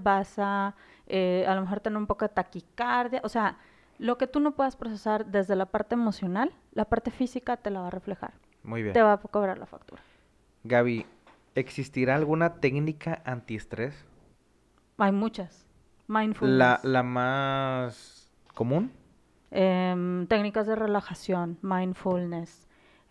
a lo mejor tener un poco de taquicardia. O sea, lo que tú no puedas procesar desde la parte emocional, la parte física te la va a reflejar. Muy bien. Te va a cobrar la factura. Gaby, ¿existirá alguna técnica antiestrés? Hay muchas. Mindfulness. La más común. Técnicas de relajación, mindfulness,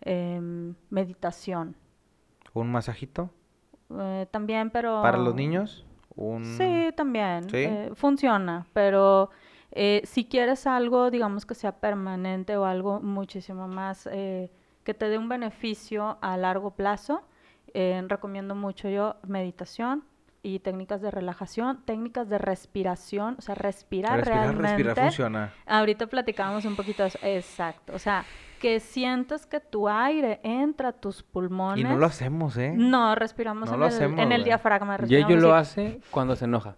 meditación. ¿Un masajito? También, pero... ¿Para los niños? Sí, también. ¿Sí? Funciona, pero si quieres algo, digamos que sea permanente o algo muchísimo más que te dé un beneficio a largo plazo, recomiendo mucho yo meditación y técnicas de relajación, técnicas de respiración, o sea, respirar realmente. funciona. Ahorita platicábamos un poquito de eso. Exacto. O sea, que sientas que tu aire entra a tus pulmones. Y no lo hacemos, ¿eh? No, respiramos No lo hacemos, en el güey. diafragma. Y ello Respiramos lo así. hace cuando se enoja.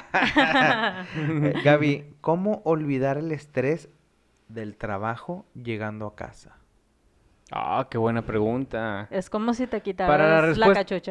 Gaby, ¿cómo olvidar el estrés del trabajo llegando a casa? Ah, qué buena pregunta. Es como si te Para la quitaras la respuesta- cachucha.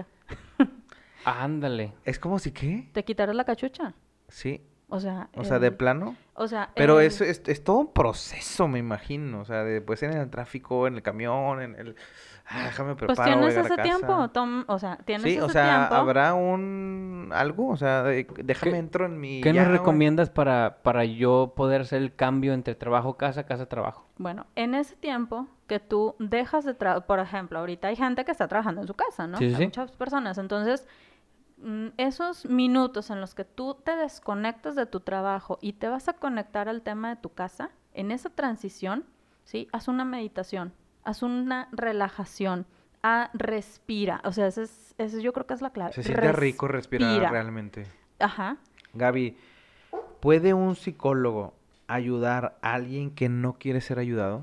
Ándale. Es como si, ¿qué? Te quitaras la cachucha. Sí. O sea, O sea, de plano. o sea, Pero el- es todo un proceso, me imagino. O sea, después en el tráfico, en el camión, en el... déjame pues preparo, voy a tienes llegar a ese tiempo, casa. o sea, tienes Sí, ese o sea, tiempo. ¿habrá algo? O sea, déjame ¿Qué- entro en mi... ¿Qué ya, nos güey. recomiendas para yo poder hacer el cambio entre trabajo-casa, casa-trabajo? Bueno, en ese tiempo que tú dejas de trabajar, por ejemplo, ahorita hay gente que está trabajando en su casa, ¿no? Sí, sí, Hay sí. muchas personas. Entonces, esos minutos en los que tú te desconectas de tu trabajo y te vas a conectar al tema de tu casa, en esa transición, ¿sí? Haz una meditación, haz una relajación, respira. O sea, ese yo creo que es la clave. Se siente rico respirar Respira. realmente. Ajá. Gaby, ¿puede un psicólogo ayudar a alguien que no quiere ser ayudado?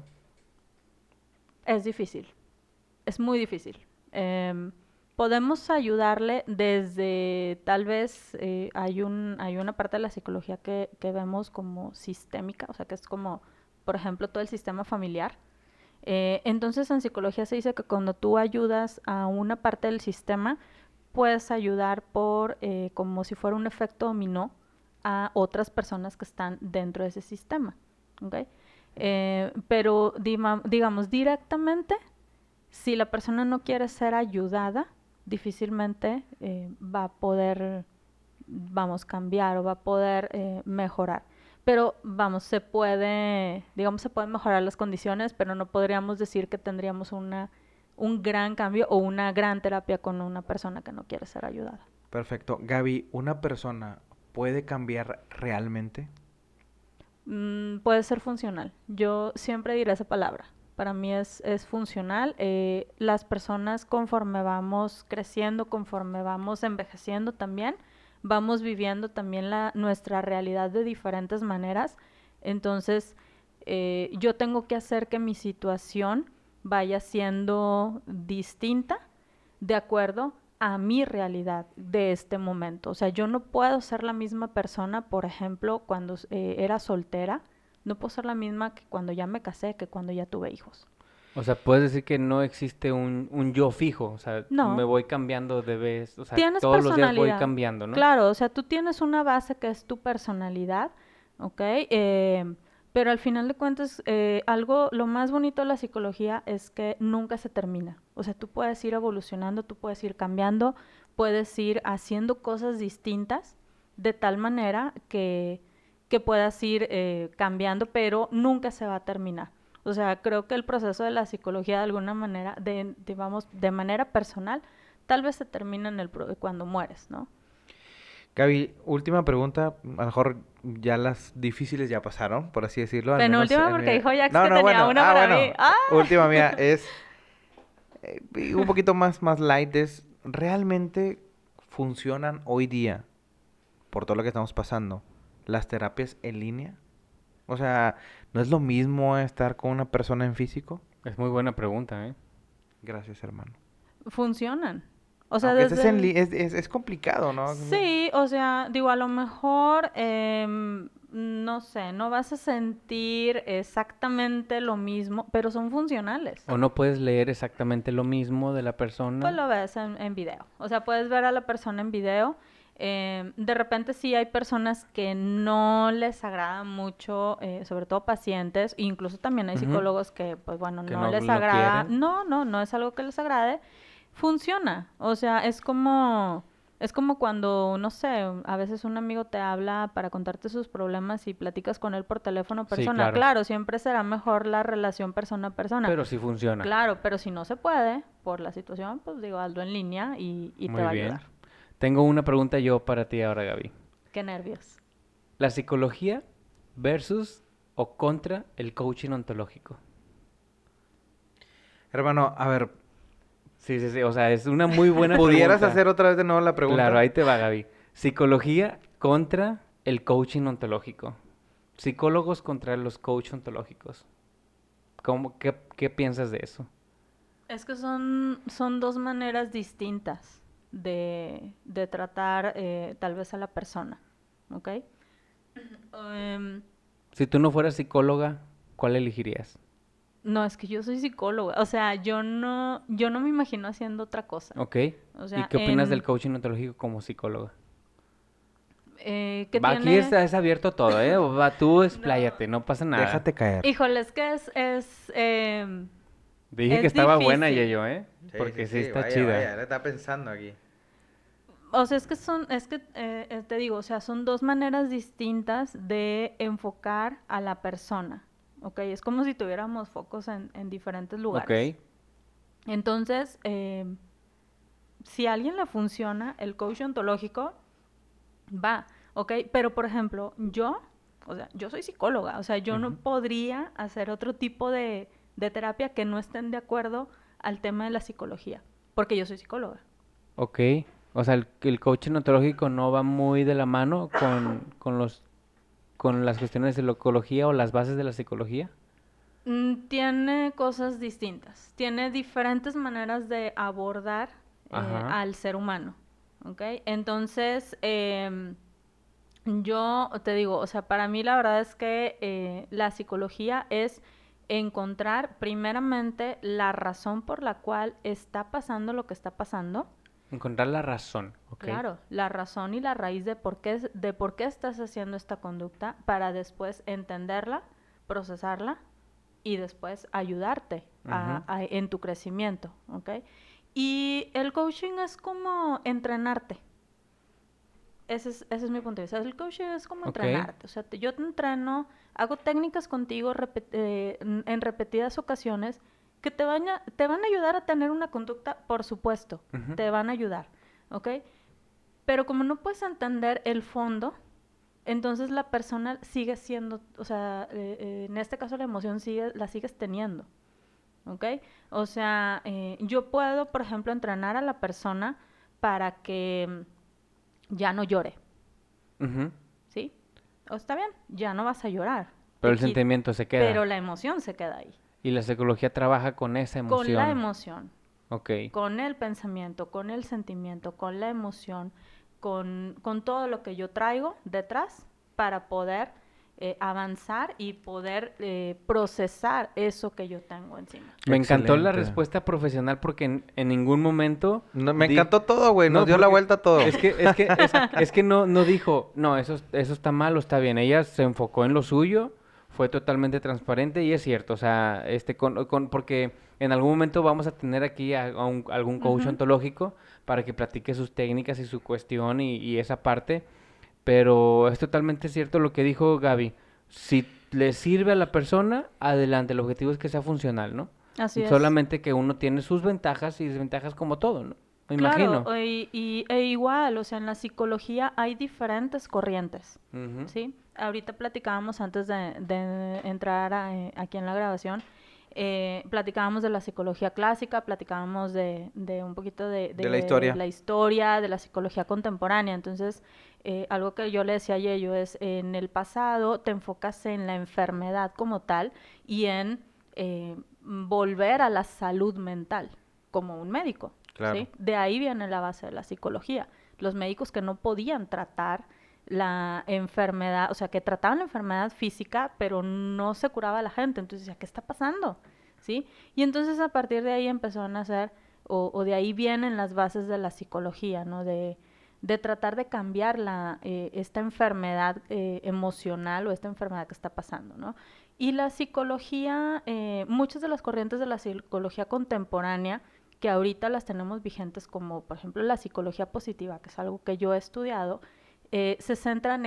Es difícil, es muy difícil. Podemos ayudarle desde, tal vez, hay una parte de la psicología que vemos como sistémica, o sea, que es como, por ejemplo, todo el sistema familiar. Entonces, en psicología se dice que cuando tú ayudas a una parte del sistema, puedes ayudar como si fuera un efecto dominó a otras personas que están dentro de ese sistema, ¿ok? Pero digamos directamente, si la persona no quiere ser ayudada, difícilmente va a poder, vamos, cambiar o va a poder mejorar. Pero vamos, se pueden mejorar las condiciones, pero no podríamos decir que tendríamos un gran cambio o una gran terapia con una persona que no quiere ser ayudada. Perfecto. Gaby, ¿una persona puede cambiar realmente? Puede ser funcional. Yo siempre diré esa palabra. Para mí es funcional. Las personas, conforme vamos creciendo, conforme vamos envejeciendo también, vamos viviendo también nuestra realidad de diferentes maneras. Entonces, yo tengo que hacer que mi situación vaya siendo distinta de acuerdo a mi realidad de este momento. O sea, yo no puedo ser la misma persona, por ejemplo, cuando era soltera. No puedo ser la misma que cuando ya me casé, que cuando ya tuve hijos. O sea, puedes decir que no existe un yo fijo. O sea, No. me voy cambiando de vez. O sea, Tienes todos los días voy personalidad. cambiando, ¿no? Claro, o sea, tú tienes una base que es tu personalidad, ¿ok? Pero al final de cuentas, lo más bonito de la psicología es que nunca se termina. O sea, tú puedes ir evolucionando, tú puedes ir cambiando, puedes ir haciendo cosas distintas de tal manera que puedas ir cambiando, pero nunca se va a terminar. O sea, creo que el proceso de la psicología de alguna manera, de manera personal, tal vez se termina cuando mueres, ¿no? Gaby, última pregunta. A lo mejor ya las difíciles ya pasaron, por así decirlo. Penúltima porque dijo Jax que tenía una para mí. ¡Ah! Última mía es un poquito más light. ¿Realmente funcionan hoy día, por todo lo que estamos pasando, las terapias en línea? O sea, ¿no es lo mismo estar con una persona en físico? Es muy buena pregunta, ¿eh? Gracias, hermano. Funcionan. O sea, aunque es complicado, ¿no? Sí, o sea, digo, a lo mejor, no sé, no vas a sentir exactamente lo mismo, pero son funcionales. O no puedes leer exactamente lo mismo de la persona. Pues lo ves en video. O sea, puedes ver a la persona en video. De repente sí hay personas que no les agrada mucho, sobre todo pacientes, incluso también hay psicólogos que, pues bueno, no les agrada. No es algo que les agrade. Funciona, o sea, es como cuando, no sé, a veces un amigo te habla para contarte sus problemas y platicas con él por teléfono persona. Sí, claro, siempre será mejor la relación persona a persona. Pero sí funciona. Claro, pero si no se puede, por la situación, pues digo, hazlo en línea y te va a ayudar. Tengo una pregunta yo para ti ahora, Gaby. Qué nervios. ¿La psicología versus o contra el coaching ontológico? Hermano, a ver... Sí, o sea, es una muy buena ¿Pudieras pregunta. hacer otra vez de nuevo la pregunta? Claro, ahí te va, Gaby. Psicología contra el coaching ontológico. Psicólogos contra los coaches ontológicos. ¿Qué piensas de eso? Es que son dos maneras distintas de tratar tal vez a la persona, ¿ok? Si tú no fueras psicóloga, ¿cuál elegirías? No, es que yo soy psicóloga, o sea, yo no me imagino haciendo otra cosa. Ok. O sea, ¿y qué opinas del coaching ontológico como psicóloga? ¿Qué Aquí tiene? es abierto todo, ¿eh? Va, tú expláyate, no pasa nada. Déjate caer. Híjole, es que Dije es que estaba difícil. buena, Yeyo, ¿eh? Porque sí está chida. Vaya, está pensando aquí. O sea, te digo, o sea, son dos maneras distintas de enfocar a la persona, ¿ok? Es como si tuviéramos focos en diferentes lugares. Ok. Entonces, si a alguien le funciona el coach ontológico, va, ¿ok? Pero, por ejemplo, yo soy psicóloga, o sea, yo no podría hacer otro tipo de terapia que no estén de acuerdo al tema de la psicología, porque yo soy psicóloga. Ok. O sea, el coaching ontológico no va muy de la mano con las cuestiones de la ecología o las bases de la psicología. Tiene cosas distintas. Tiene diferentes maneras de abordar al ser humano, ¿ok? Entonces, yo te digo, o sea, para mí la verdad es que la psicología es encontrar primeramente la razón por la cual está pasando lo que está pasando. Encontrar la razón, ¿ok? Claro, la razón y la raíz de por qué estás haciendo esta conducta para después entenderla, procesarla y después ayudarte en tu crecimiento, ¿ok? Y el coaching es como entrenarte. Ese es mi punto de vista. El coaching es como entrenarte. O sea, yo te entreno, hago técnicas contigo en repetidas ocasiones que te van a ayudar a tener una conducta, por supuesto, te van a ayudar, ¿ok? Pero como no puedes entender el fondo, entonces la persona sigue siendo, o sea, en este caso la emoción la sigues teniendo, ¿ok? O sea, yo puedo, por ejemplo, entrenar a la persona para que ya no llore, ¿sí? O está bien, ya no vas a llorar. Pero el sentimiento se queda. Pero la emoción se queda ahí. Y la psicología trabaja con esa emoción. Con la emoción. Ok. Con el pensamiento, con el sentimiento, con la emoción, con todo lo que yo traigo detrás para poder avanzar y poder procesar eso que yo tengo encima. Me encantó la respuesta profesional porque en ningún momento... me encantó todo, güey. Nos dio la vuelta a todo. Es que no dijo, no, eso está mal o está bien. Ella se enfocó en lo suyo. Fue totalmente transparente y es cierto, o sea, porque en algún momento vamos a tener aquí algún coach Ujú. ontológico para que platique sus técnicas y su cuestión y esa parte, pero es totalmente cierto lo que dijo Gaby. Si le sirve a la persona, adelante, el objetivo es que sea funcional, ¿no? Así es. Solamente que uno tiene sus ventajas y desventajas como todo, ¿no? Me Claro, imagino. e igual, o sea, en la psicología hay diferentes corrientes, Ujú. ¿sí? Ahorita platicábamos antes de entrar aquí en la grabación, platicábamos de la psicología clásica, platicábamos de un poquito De la de historia. la historia, de la psicología contemporánea. Entonces, algo que yo le decía a Yeyo es, en el pasado te enfocas en la enfermedad como tal y en volver a la salud mental como un médico. Claro. ¿Sí? De ahí viene la base de la psicología. Los médicos que no podían tratar la enfermedad, o sea, que trataban la enfermedad física, pero no se curaba a la gente. Entonces decía, ¿qué está pasando? ¿Sí? Y entonces a partir de ahí empezó a nacer, o de ahí vienen las bases de la psicología, ¿no? De tratar de cambiar esta enfermedad emocional o esta enfermedad que está pasando, ¿no? Y la psicología, muchas de las corrientes de la psicología contemporánea, que ahorita las tenemos vigentes, como por ejemplo la psicología positiva, que es algo que yo he estudiado, se centran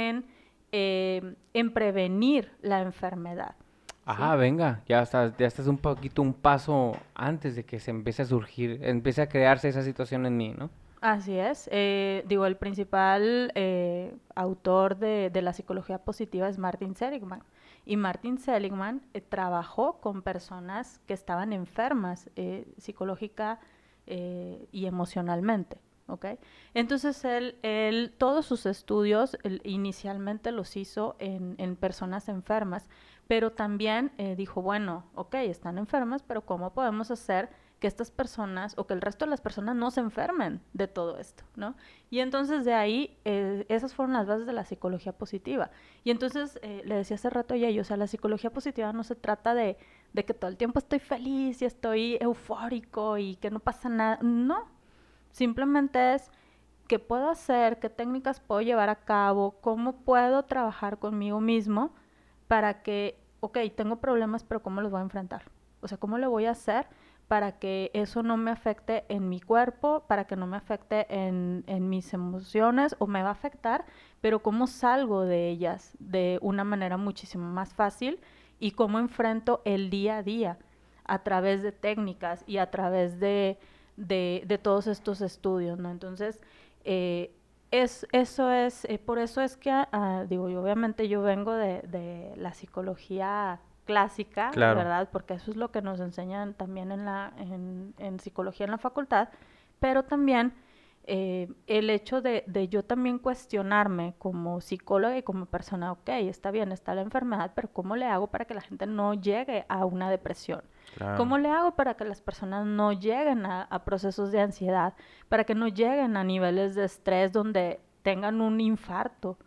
en prevenir la enfermedad. ¿Sí? Ajá, venga, ya estás un poquito un paso antes de que se empiece a surgir, empiece a crearse esa situación en mí, ¿no? Así es. Digo, el principal autor de la psicología positiva es Martin Seligman. Y Martin Seligman trabajó con personas que estaban enfermas psicológica y emocionalmente. ¿Ok? Entonces todos sus estudios inicialmente los hizo en personas enfermas, pero también dijo, bueno, ok, están enfermas, pero ¿cómo podemos hacer que estas personas o que el resto de las personas no se enfermen de todo esto, ¿no? Y entonces de ahí, esas fueron las bases de la psicología positiva. Y entonces, le decía hace rato a ella, o sea, la psicología positiva no se trata de que todo el tiempo estoy feliz y estoy eufórico y que no pasa nada. No, simplemente es qué puedo hacer, qué técnicas puedo llevar a cabo, cómo puedo trabajar conmigo mismo para que, ok, tengo problemas, pero ¿cómo los voy a enfrentar? O sea, ¿cómo lo voy a hacer para que eso no me afecte en mi cuerpo, para que no me afecte en mis emociones o me va a afectar, pero cómo salgo de ellas de una manera muchísimo más fácil y cómo enfrento el día a día a través de técnicas y a través de todos estos estudios, ¿no? Entonces, eso es, por eso es que, digo, yo obviamente yo vengo de la psicología clásica, Claro. ¿verdad? Porque eso es lo que nos enseñan también en psicología en la facultad, pero también el hecho de yo también cuestionarme como psicóloga y como persona, ok, está bien, está la enfermedad, pero ¿cómo le hago para que la gente no llegue a una depresión? Claro. ¿Cómo le hago para que las personas no lleguen a procesos de ansiedad, para que no lleguen a niveles de estrés donde tengan un infarto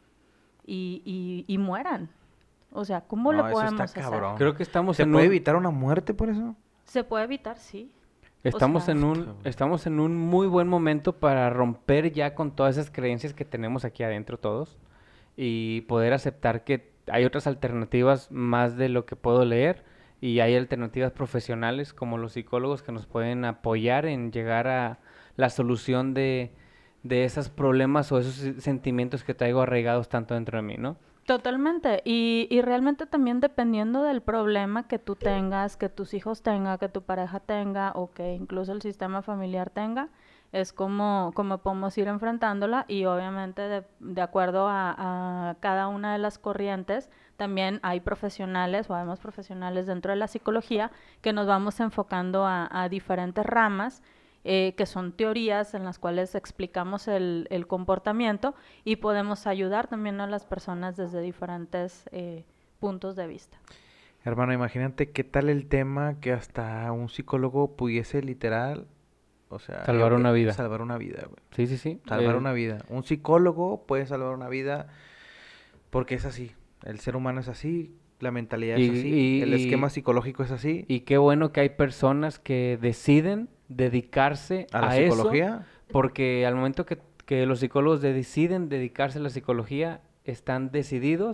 y mueran? O sea, ¿cómo lo No, eso está podemos hacer? cabrón. Creo que estamos ¿Se en puede un, evitar una muerte por eso? ¿Se puede evitar? Sí. O estamos sea, en un, estamos en un muy buen momento para romper ya con todas esas creencias que tenemos aquí adentro todos y poder aceptar que hay otras alternativas más de lo que puedo leer y hay alternativas profesionales como los psicólogos que nos pueden apoyar en llegar a la solución de esos problemas o esos sentimientos que traigo arraigados tanto dentro de mí, ¿no? totalmente. Y realmente también dependiendo del problema que tú tengas, que tus hijos tengan, que tu pareja tenga o que incluso el sistema familiar tenga, es como podemos ir enfrentándola y obviamente de acuerdo a cada una de las corrientes, también hay profesionales o además profesionales dentro de la psicología que nos vamos enfocando a diferentes ramas que son teorías en las cuales explicamos el comportamiento y podemos ayudar también a las personas desde diferentes puntos de vista. Hermano, imagínate qué tal el tema que hasta un psicólogo pudiese literal, o sea, Salvar una vida. salvar una vida, güey. Sí, sí, sí. Salvar una vida. Un psicólogo puede salvar una vida porque es así. El ser humano es así, la mentalidad Y, es así, el esquema y, psicológico es así. y qué bueno que hay personas que deciden dedicarse A la a eso, psicología, porque al momento que los psicólogos deciden dedicarse a la psicología, están decididos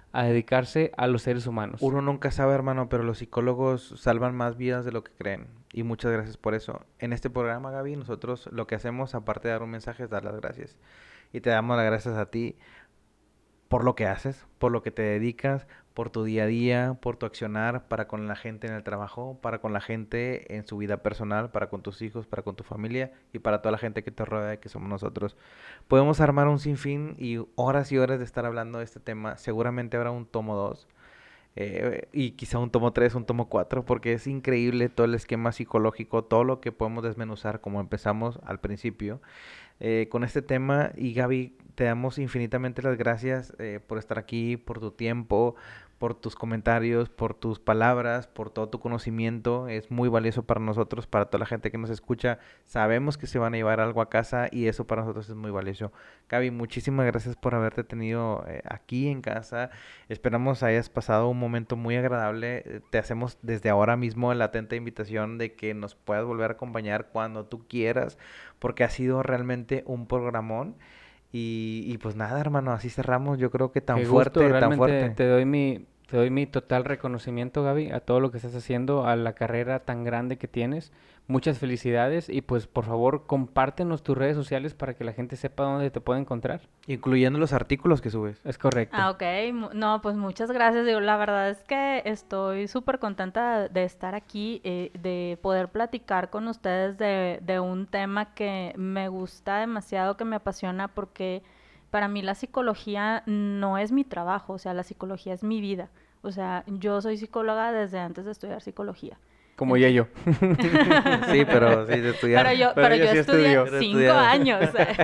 a dedicarse a los seres humanos. Uno nunca sabe, hermano, pero los psicólogos salvan más vidas de lo que creen. Y muchas gracias por eso. En este programa, Gaby, nosotros lo que hacemos, aparte de dar un mensaje, es dar las gracias. Y te damos las gracias a ti por lo que haces, por lo que te dedicas, por tu día a día, por tu accionar para con la gente en el trabajo, para con la gente en su vida personal, para con tus hijos, para con tu familia y para toda la gente que te rodea, que somos nosotros. Podemos armar un sinfín y horas de estar hablando de este tema. Seguramente habrá un tomo 2. Y quizá un tomo 3, un tomo 4, porque es increíble todo el esquema psicológico, todo lo que podemos desmenuzar como empezamos al principio con este tema. Y Gaby, te damos infinitamente las gracias por estar aquí, por tu tiempo, por tus comentarios, por tus palabras, por todo tu conocimiento. Es muy valioso para nosotros, para toda la gente que nos escucha. Sabemos que se van a llevar algo a casa y eso para nosotros es muy valioso. Gaby, muchísimas gracias por haberte tenido aquí en casa. Esperamos hayas pasado un momento muy agradable. Te hacemos desde ahora mismo la atenta invitación de que nos puedas volver a acompañar cuando tú quieras, porque ha sido realmente un programón. Y pues nada, hermano, así cerramos. Yo creo que tan Qué fuerte, gusto, tan realmente fuerte. te doy mi total reconocimiento, Gaby, a todo lo que estás haciendo, a la carrera tan grande que tienes. Muchas felicidades y pues por favor compártenos tus redes sociales para que la gente sepa dónde te puede encontrar. Incluyendo los artículos que subes. Es correcto. Ah, ok. No, pues muchas gracias. Digo, la verdad es que estoy súper contenta de estar aquí, de poder platicar con ustedes de un tema que me gusta demasiado, que me apasiona, porque para mí la psicología no es mi trabajo, o sea, la psicología es mi vida. O sea, yo soy psicóloga desde antes de estudiar psicología. Como yo. Sí, pero sí, de estudiar. Pero yo sí estudié estudió. 5 años.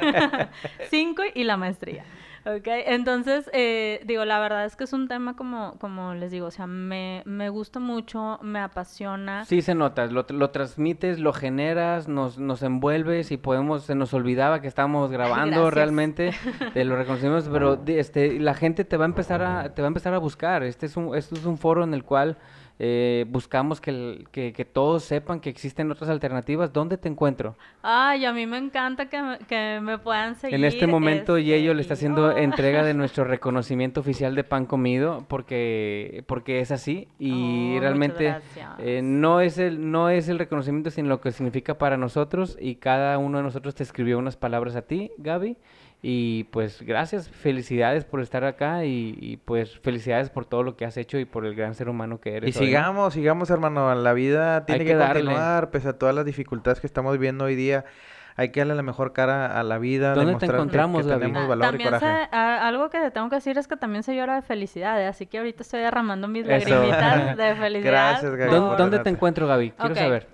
5 y la maestría. ¿Ok? Entonces, digo, la verdad es que es un tema como les digo, o sea, me gusta mucho, me apasiona. Sí se nota, lo transmites, lo generas, nos envuelves y se nos olvidaba que estábamos grabando. Gracias. Realmente, te lo reconocemos, pero la gente te va a empezar a buscar. Esto es un foro en el cual buscamos que todos sepan que existen otras alternativas. ¿Dónde te encuentro? Ay, a mí me encanta que me puedan seguir. En este momento Yeyo le está haciendo oh. entrega de nuestro reconocimiento oficial de pan comido porque es así y Oh, realmente muchas gracias. no es el reconocimiento sino lo que significa para nosotros y cada uno de nosotros te escribió unas palabras a ti, Gaby. Y pues gracias, felicidades por estar acá y pues felicidades por todo lo que has hecho y por el gran ser humano que eres. Y hoy, ¿no? sigamos, hermano. La vida tiene Hay que que darle. continuar, pese a todas las dificultades que estamos viviendo hoy día. Hay que darle la mejor cara a la vida, ¿Dónde te demostrar encontramos, que Gaby? tenemos valor y También coraje. algo que te tengo que decir es que también se llora de felicidad, así que ahorita estoy derramando mis Eso. lagrimitas de felicidad. Gracias, Gaby, por- por ¿Dónde te tenerte. encuentro, Gaby? Quiero Ok, saber.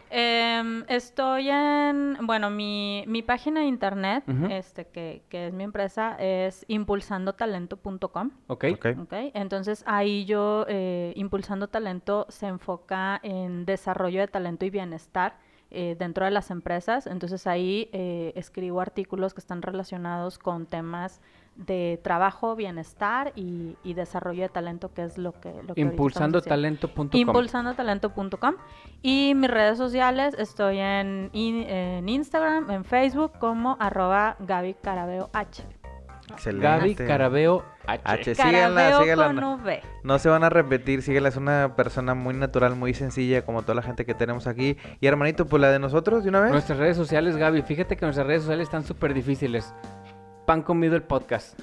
Estoy bueno, mi página de internet, Ujú. que es mi empresa, es impulsandotalento.com. ¿Ok? Ok. ¿Ok? Entonces ahí yo, Impulsando Talento, se enfoca en desarrollo de talento y bienestar dentro de las empresas. Entonces ahí escribo artículos que están relacionados con temas de trabajo, bienestar y desarrollo de talento, que es lo que ahorita estamos haciendo. Impulsandotalento.com. Impulsandotalento.com. Y mis redes sociales, estoy en Instagram, en Facebook, como @GabyCarabeoH. Excelente. Gaby Carabeo H. Carabeo síganla. con V. No se van a repetir, síguela. Es una persona muy natural, muy sencilla, como toda la gente que tenemos aquí. Y hermanito, pues la de nosotros, de una vez. Nuestras redes sociales, Gaby, fíjate que nuestras redes sociales están súper difíciles. Pan Comido el Podcast.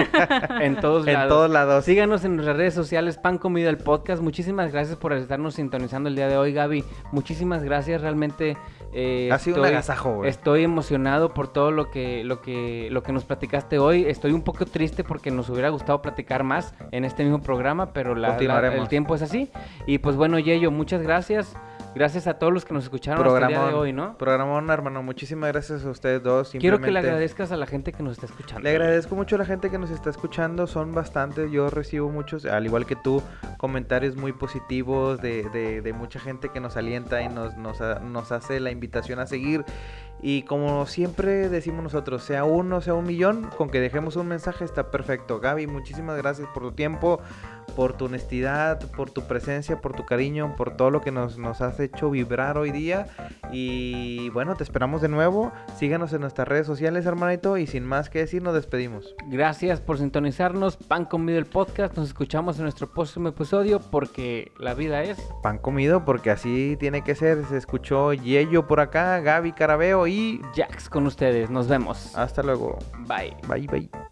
En todos lados. En todos lados. Síganos en nuestras redes sociales, Pan Comido el Podcast. Muchísimas gracias por estarnos sintonizando el día de hoy, Gaby. Muchísimas gracias, realmente. Ha sido un agasajo, güey. Estoy emocionado por todo lo que nos platicaste hoy. Estoy un poco triste porque nos hubiera gustado platicar más en este mismo programa, pero Continuaremos. el tiempo es así. Y pues bueno, Yeyo, muchas gracias. Gracias a todos los que nos escucharon hasta el día de hoy, ¿no? Programón, hermano. Muchísimas gracias a ustedes dos. Quiero que le Simplemente agradezcas a la gente que nos está escuchando. Le agradezco mucho a la gente que nos está escuchando, son bastantes, yo recibo muchos, al igual que tú, comentarios muy positivos de mucha gente que nos alienta y nos hace la invitación a seguir. Y como siempre decimos nosotros, sea uno, sea un millón, con que dejemos un mensaje está perfecto. Gaby, muchísimas gracias por tu tiempo, por tu honestidad, por tu presencia, por tu cariño, por todo lo que nos has hecho vibrar hoy día. Y bueno, te esperamos de nuevo. Síganos en nuestras redes sociales, hermanito. Y sin más que decir, nos despedimos. Gracias por sintonizarnos. Pan Comido el podcast. Nos escuchamos en nuestro próximo episodio porque la vida es pan comido, porque así tiene que ser. Se escuchó Yello por acá, Gaby Carabeo y Jax con ustedes. Nos vemos. hasta luego. Bye. Bye, bye.